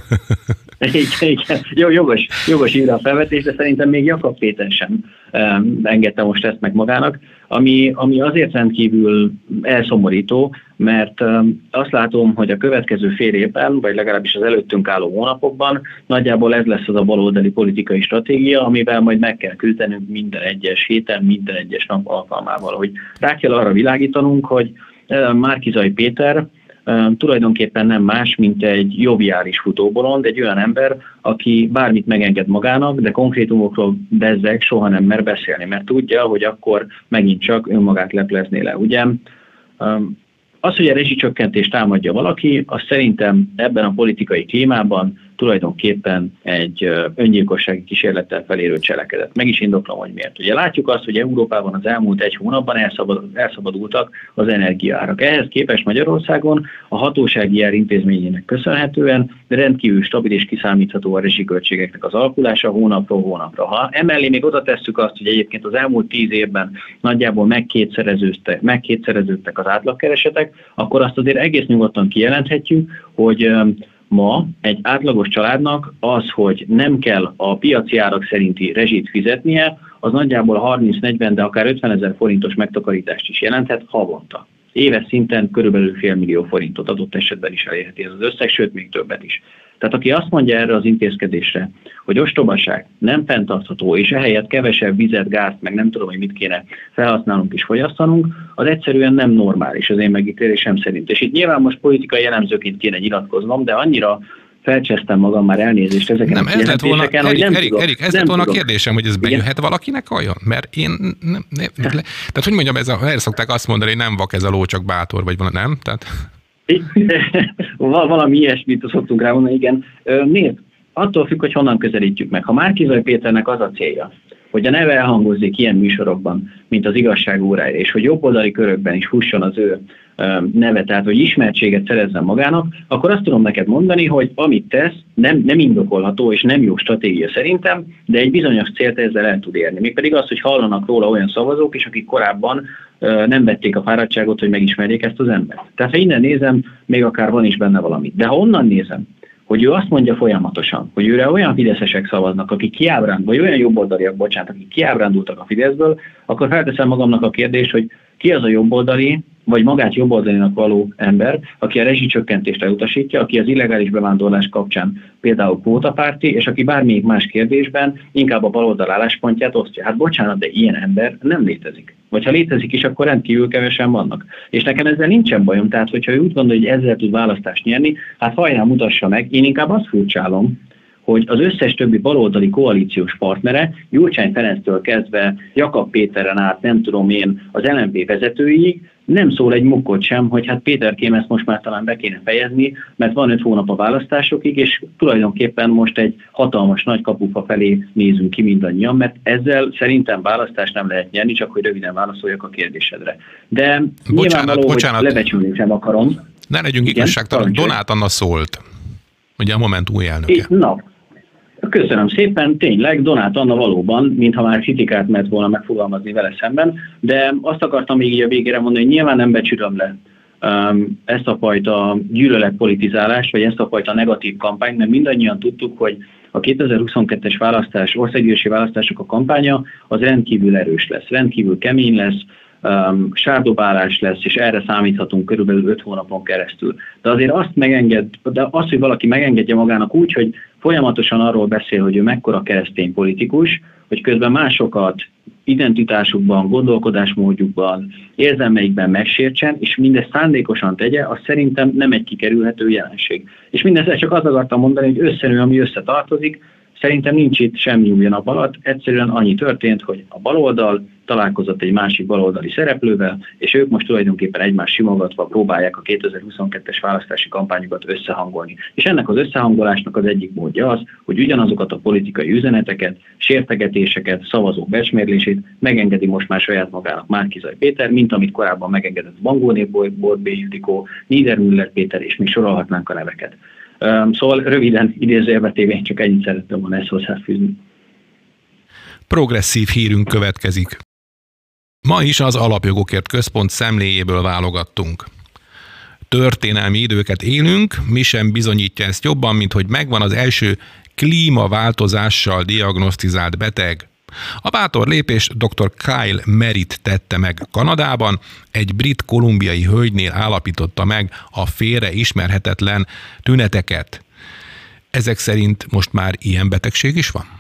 S3: Igen, igen. Jó, jogos, jogos írja a felvetés, de szerintem még Jakab Péter sem um, engedte most ezt meg magának, ami, ami azért rendkívül elszomorító, mert um, azt látom, hogy a következő fél évben, vagy legalábbis az előttünk álló hónapokban nagyjából ez lesz az a baloldali politikai stratégia, amivel majd meg kell küzdenünk minden egyes héten, minden egyes nap alkalmával, hogy rá kell arra világítanunk, hogy uh, Márki Zaj Péter Uh, tulajdonképpen nem más, mint egy joviális futóbolond, egy olyan ember, aki bármit megenged magának, de konkrétumokról bezzeg soha nem mer beszélni, mert tudja, hogy akkor megint csak önmagát leplezné le. Ugye um, az, hogy a rezsicsökkentést támadja valaki, az szerintem ebben a politikai klímában tulajdonképpen egy öngyilkossági kísérlettel felérő cselekedet. Meg is indoklom, hogy miért. Ugye látjuk azt, hogy Európában az elmúlt egy hónapban elszabad, elszabadultak az energiaárak. Ehhez képest Magyarországon a hatósági ár intézményének köszönhetően rendkívül stabil és kiszámítható a rezsiköltségeknek az alakulása hónapról hónapra. Ha emellé még oda tesszük azt, hogy egyébként az elmúlt tíz évben nagyjából megkétszereződtek, megkétszereződtek az átlagkeresetek, akkor azt azért egész nyugodtan kijelenthetjük, hogy ma egy átlagos családnak az, hogy nem kell a piaci árak szerinti rezsit fizetnie, az nagyjából harminc-negyven, de akár ötvenezer forintos megtakarítást is jelenthet havonta. Éves szinten körülbelül fél millió forintot adott esetben is elérheti ez az összeg, sőt még többet is. Tehát aki azt mondja erre az intézkedésre, hogy ostobaság, nem fenntartható, és ehelyett kevesebb vizet, gázt, meg nem tudom, hogy mit kéne felhasználnunk és fogyasztanunk, az egyszerűen nem normális az én megítélésem szerint. És itt nyilván most politikai jellemzőként kéne nyilatkoznom, de annyira felcsesztem magam már elnézést ezeken
S1: nem,
S3: a
S1: ez lett volna,
S3: hogy
S1: Erik,
S3: nem
S1: Erik,
S3: tudok,
S1: Erik, ez
S3: nem
S1: lett volna
S3: tudok.
S1: a kérdésem, hogy ez bejöhet valakinek olyan? Mert én nem, nem, nem tehát hogy mondjam, ez a, erre szokták azt mondani, hogy nem vak ez a ló, csak bátor, vagy valami, nem? Tehát...
S3: Valami ilyesmit szoktunk rá mondani, igen. Miért? Attól függ, hogy honnan közelítjük meg. Ha Márki-Zay Péternek az a célja, hogy a neve elhangozzék ilyen műsorokban, mint az Igazság órája, és hogy jobboldali körökben is fusson az ő neve, tehát hogy ismertséget szerezzen magának, akkor azt tudom neked mondani, hogy amit tesz, nem, nem indokolható és nem jó stratégia szerintem, de egy bizonyos célt ezzel el tud érni. Mégpedig az, hogy hallanak róla olyan szavazók is, akik korábban nem vették a fáradtságot, hogy megismerjék ezt az embert. Tehát ha innen nézem, még akár van is benne valami. De ha onnan nézem, hogy ő azt mondja folyamatosan, hogy őre olyan fideszesek szavaznak, akik kiábránd, vagy olyan jobboldaliak, bocsánat, akik kiábrándultak a Fideszből, akkor felteszem magamnak a kérdést, hogy ki az a jobboldali, vagy magát jobboldalinak való ember, aki a rezsicsökkentést elutasítja, aki az illegális bevándorlás kapcsán például kvótapárti, és aki bármelyik más kérdésben inkább a baloldal álláspontját osztja. Hát bocsánat, de ilyen ember nem létezik. Vagy ha létezik is, akkor rendkívül kevesen vannak. És nekem ezzel nincsen bajom, tehát hogyha ő úgy gondolja, hogy ezzel tud választást nyerni, hát hajrá, mutassa meg. Én inkább azt furcsálom, hogy az összes többi baloldali koalíciós partnere, Gyurcsány Ferenctől kezdve Jakab Péteren át, nem tudom én, az el em pé vezetőig, nem szól egy mukkot sem, hogy hát Péterkém, ezt most már talán be kéne fejezni, mert van öt hónap a választásokig, és tulajdonképpen most egy hatalmas nagy kapufa felé nézünk ki mindannyian, mert ezzel szerintem választást nem lehet nyerni, csak hogy röviden válaszoljak a kérdésedre. De
S1: bocsánat,
S3: nyilvánvaló,
S1: bocsánat.
S3: hogy lebecsülni sem akarom.
S1: Ne legyünk igazságtalan, Donát Anna szólt, ugye a Momentum új elnöke.
S3: Na, köszönöm szépen, tényleg Donát Anna valóban, mintha már kritikát mert volna megfogalmazni vele szemben, de azt akartam még így a végére mondani, hogy nyilván nem becsülöm le um, ezt a fajta gyűlöletpolitizálást, vagy ezt a fajta negatív kampányt, mert mindannyian tudtuk, hogy a kétezer-huszonkettes választás, országgyűlési választások a kampánya az rendkívül erős lesz, rendkívül kemény lesz, Um, sárdobálás lesz, és erre számíthatunk körülbelül öt hónapon keresztül. De azért azt megenged, de az, hogy valaki megengedje magának úgy, hogy folyamatosan arról beszél, hogy ő mekkora keresztény politikus, hogy közben másokat identitásukban, gondolkodásmódjukban, érzelmeikben megsértsen, és mindezt szándékosan tegye, az szerintem nem egy kikerülhető jelenség. És mindezzel csak azt akartam mondani, hogy összenő, ami összetartozik, szerintem nincs itt semmi új nap alatt, egyszerűen annyi történt, hogy a baloldal találkozott egy másik baloldali szereplővel, és ők most tulajdonképpen egymás simogatva próbálják a kétezer-huszonkettes választási kampányokat összehangolni. És ennek az összehangolásnak az egyik módja az, hogy ugyanazokat a politikai üzeneteket, sértegetéseket, szavazók becsmérlését megengedi most már saját magának Márki-Zay Péter, mint amit korábban megengedett Bangóné Borbély Ildikó, Niedermüller Péter, és még sorolhatnánk a neveket. Szóval röviden idézőjelbe téve csak ennyit szerettem volna ezt hozzáfűzni.
S1: Progresszív hírünk következik. Ma is az Alapjogokért Központ szemléjéből válogattunk. Történelmi időket élünk, mi sem bizonyítja ezt jobban, mint hogy megvan az első klímaváltozással diagnosztizált beteg. A bátor lépést dr. Kyle Merritt tette meg Kanadában, egy brit-kolumbiai hölgynél állapította meg a félre ismerhetetlen tüneteket. Ezek szerint most már ilyen betegség is van?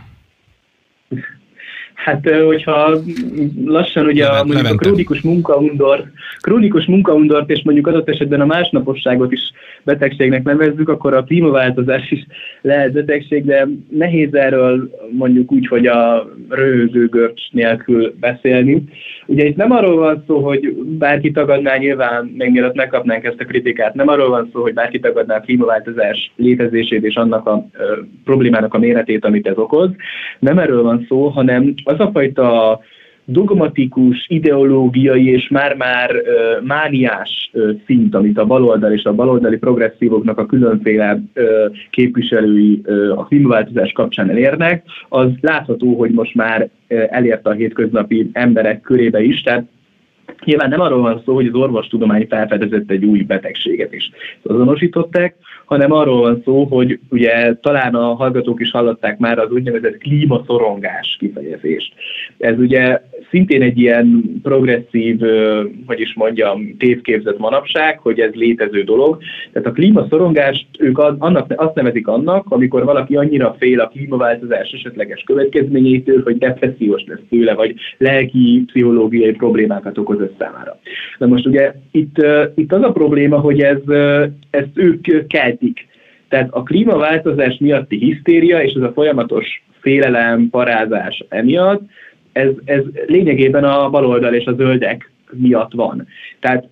S2: Hát, hogyha lassan ugye
S1: Levent,
S2: a, mondjuk a krónikus munkaundor, krónikus munkaundort és mondjuk adott esetben a másnaposságot is betegségnek nevezzük, akkor a klímaváltozás is lehet betegség, de nehéz erről mondjuk úgy, hogy a röhögő görcs nélkül beszélni. Ugye itt nem arról van szó, hogy bárki tagadná, nyilván még mielőtt megkapnánk ezt a kritikát, nem arról van szó, hogy bárki tagadná a klímaváltozás létezését és annak a ö, problémának a méretét, amit ez okoz. Nem erről van szó, hanem az a fajta dogmatikus, ideológiai és már-már uh, mániás uh, szint, amit a baloldal és a baloldali progresszívoknak a különféle uh, képviselői uh, a klímaváltozás kapcsán elérnek, az látható, hogy most már uh, elérte a hétköznapi emberek körébe is, tehát Nyilván nem arról van szó, hogy az orvostudomány felfedezett egy új betegséget is azonosították, hanem arról van szó, hogy ugye talán a hallgatók is hallották már az úgynevezett klímaszorongás kifejezést. Ez ugye szintén egy ilyen progresszív, hogy is mondjam, tévképzet manapság, hogy ez létező dolog. Tehát a klímaszorongást ők annak, azt nevezik annak, amikor valaki annyira fél a klímaváltozás esetleges következményeitől, hogy depressziós lesz tőle, vagy lelki, pszichológiai problémákat okoz számára. Na most ugye itt, itt az a probléma, hogy ez, ezt ők keltik. Tehát a klímaváltozás miatti hisztéria és ez a folyamatos félelem, parázás emiatt, ez, ez lényegében a baloldal és a zöldek miatt van. Tehát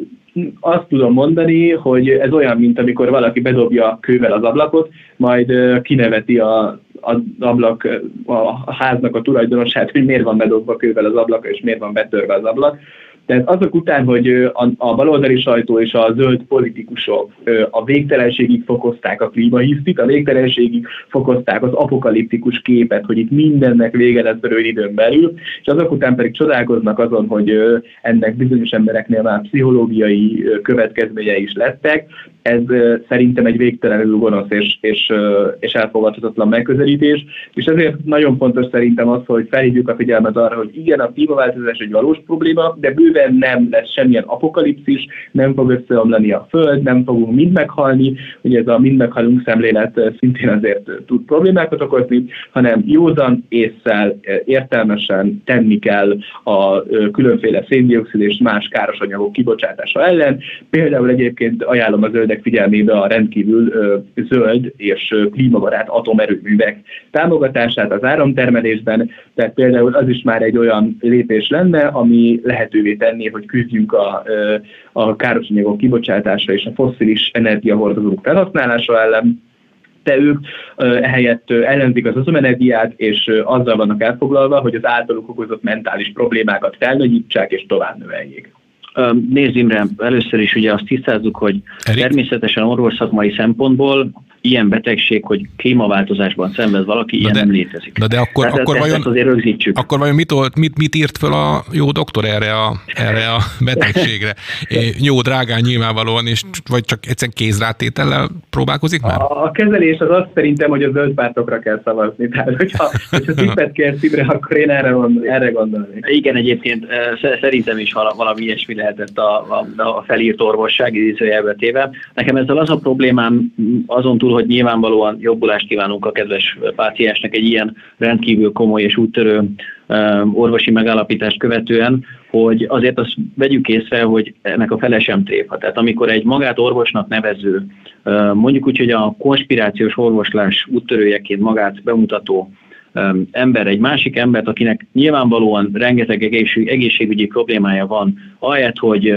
S2: azt tudom mondani, hogy ez olyan, mint amikor valaki bedobja kővel az ablakot, majd kineveti a, az ablak, a háznak a tulajdonosát, hogy miért van bedobva kővel az ablaka, és miért van betörve az ablak. Tehát azok után, hogy a, a baloldali sajtó és a zöld politikusok a végtelenségig fokozták a klímahisztit, a végtelenségig fokozták az apokaliptikus képet, hogy itt mindennek vége lesz rövid időn belül, és azok után pedig csodálkoznak azon, hogy ennek bizonyos embereknél már pszichológiai következményei is lettek. Ez szerintem egy végtelenül gonosz és, és, és elfogadhatatlan megközelítés, és ezért nagyon fontos szerintem az, hogy felhívjuk a figyelmet arra, hogy igen, a klímaváltozás egy valós probléma, de bőven nem lesz semmilyen apokalipszis, nem fog összeomlani a Föld, nem fogunk mind meghalni, ugye ez a mind meghalunk szemlélet szintén azért tud problémákat okozni, hanem józan ésszel, értelmesen tenni kell a különféle széndioxid és más káros anyagok kibocsátása ellen. Például egyébként ajánlom a zöldek figyelmébe a rendkívül ö, zöld és ö, klímabarát atomerőművek támogatását az áramtermelésben, tehát például az is már egy olyan lépés lenne, ami lehetővé tenné, hogy küzdjünk a, ö, a káros anyagok kibocsátása és a fosszilis energiahordozók felhasználása ellen, de ők ö, ehelyett ö, ellenzik az atomenergiát, és ö, azzal vannak elfoglalva, hogy az általuk okozott mentális problémákat felnagyítsák és tovább növeljék.
S3: Nézd Imre, először is ugye azt tisztázzuk, hogy Erik? Természetesen orvosszakmai szempontból ilyen betegség, hogy klímaváltozásban szenved valaki, ilyen de, nem létezik.
S1: Na de akkor,
S3: Tehát
S1: akkor, vajon,
S3: azért rögzítsük.
S1: akkor vajon mit, mit, mit írt föl a jó doktor erre a, erre a betegségre? Jó, drágán nyilvánvalóan, és vagy csak egyszerűen kézrátétellel próbálkozik már?
S2: A, a kezelés az azt szerintem, hogy a zöld pártokra kell szavazni. Tehát, hogyha, hogyha tippet kérsz Imre, akkor én erre, erre gondolnék.
S3: Igen, egyébként szerintem is valami ilyesmi lehetett a, a, a felírt orvosság idézőjelbe téve. Nekem ezzel az a problémám, azon túl, hogy nyilvánvalóan jobbulást kívánunk a kedves páciensnek egy ilyen rendkívül komoly és úttörő orvosi megállapítást követően, hogy azért azt vegyük észre, hogy ennek a fele sem tréfa. Tehát amikor egy magát orvosnak nevező, mondjuk úgy, hogy a konspirációs orvoslás úttörőjeként magát bemutató ember, egy másik embert, akinek nyilvánvalóan rengeteg egészség, egészségügyi problémája van, ahelyett, hogy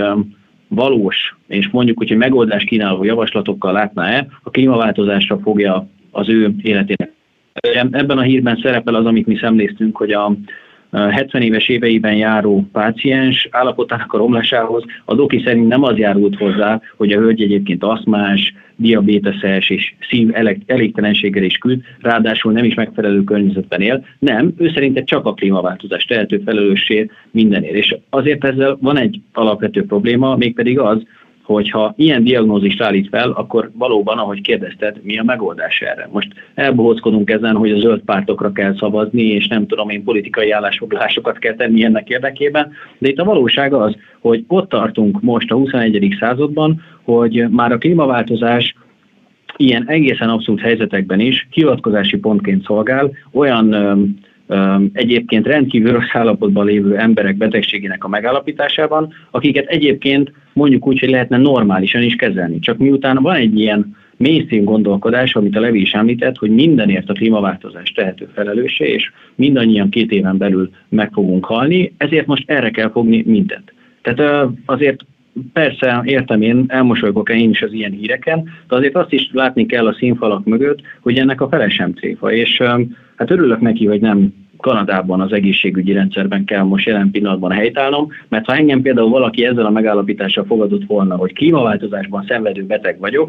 S3: valós, és mondjuk úgy, hogy megoldást kínáló javaslatokkal látná-e, a klímaváltozásra fogja az ő életének. Ebben a hírben szerepel az, amit mi szemléztünk, hogy a hetven éves éveiben járó páciens állapotának a romlásához a doki szerint nem az járult hozzá, hogy a hölgy egyébként aszmás, diabéteses és szív elégtelenséggel is küzd, ráadásul nem is megfelelő környezetben él. Nem, ő szerinte csak a klímaváltozás tehető felelőssé mindenért. És azért ezzel van egy alapvető probléma, mégpedig az, hogyha ilyen diagnózist állít fel, akkor valóban, ahogy kérdezted, mi a megoldás erre? Most elbohóckodunk ezen, hogy a zöld pártokra kell szavazni, és nem tudom én, politikai állásfoglalásokat kell tenni ennek érdekében, de itt a valóság az, hogy ott tartunk most a huszonegyedik században, hogy már a klímaváltozás ilyen egészen abszurd helyzetekben is hivatkozási pontként szolgál, olyan öm, öm, egyébként rendkívül rossz állapotban lévő emberek betegségének a megállapításában, akiket egyébként mondjuk úgy, hogy lehetne normálisan is kezelni. Csak miután van egy ilyen mainstream gondolkodás, amit a Levi is említett, hogy mindenért a klímaváltozás tehető felelőssé, és mindannyian két éven belül meg fogunk halni, ezért most erre kell fogni mindent. Tehát azért persze értem én, elmosolygok én is az ilyen híreken, de azért azt is látni kell a színfalak mögött, hogy ennek a fele sem tréfa, és hát örülök neki, hogy nem Kanadában az egészségügyi rendszerben kell most jelen pillanatban helytállnom, mert ha engem például valaki ezzel a megállapítással fogadott volna, hogy klímaváltozásban szenvedő beteg vagyok,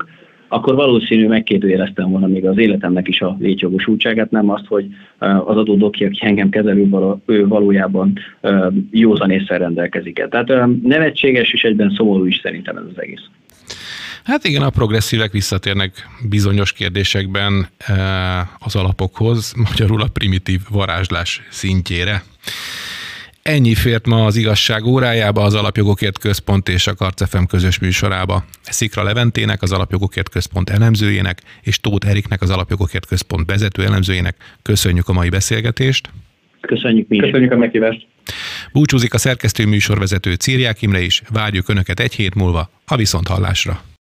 S3: akkor valószínű megkérdőjeleztem volna még az életemnek is a létjogosultságát, nem azt, hogy az adott doki, aki engem kezelő, ő valójában józan észre rendelkezik el. Tehát nevetséges és egyben szomorú is szerintem ez az egész.
S1: Hát igen, a progresszívek visszatérnek bizonyos kérdésekben az alapokhoz, magyarul a primitív varázslás szintjére. Ennyi fért ma az Igazság órájába, az Alapjogokért Központ és a Karc ef em közös műsorába. Szikra Leventének, az Alapjogokért Központ elemzőjének, és Tóth Eriknek, az Alapjogokért Központ vezető elemzőjének köszönjük a mai beszélgetést.
S3: Köszönjük mi is.
S2: Köszönjük a meghívást.
S1: Búcsúzik a szerkesztő műsorvezető Círiák Imre is, várjuk Önöket egy hét múlva a viszonthallásra.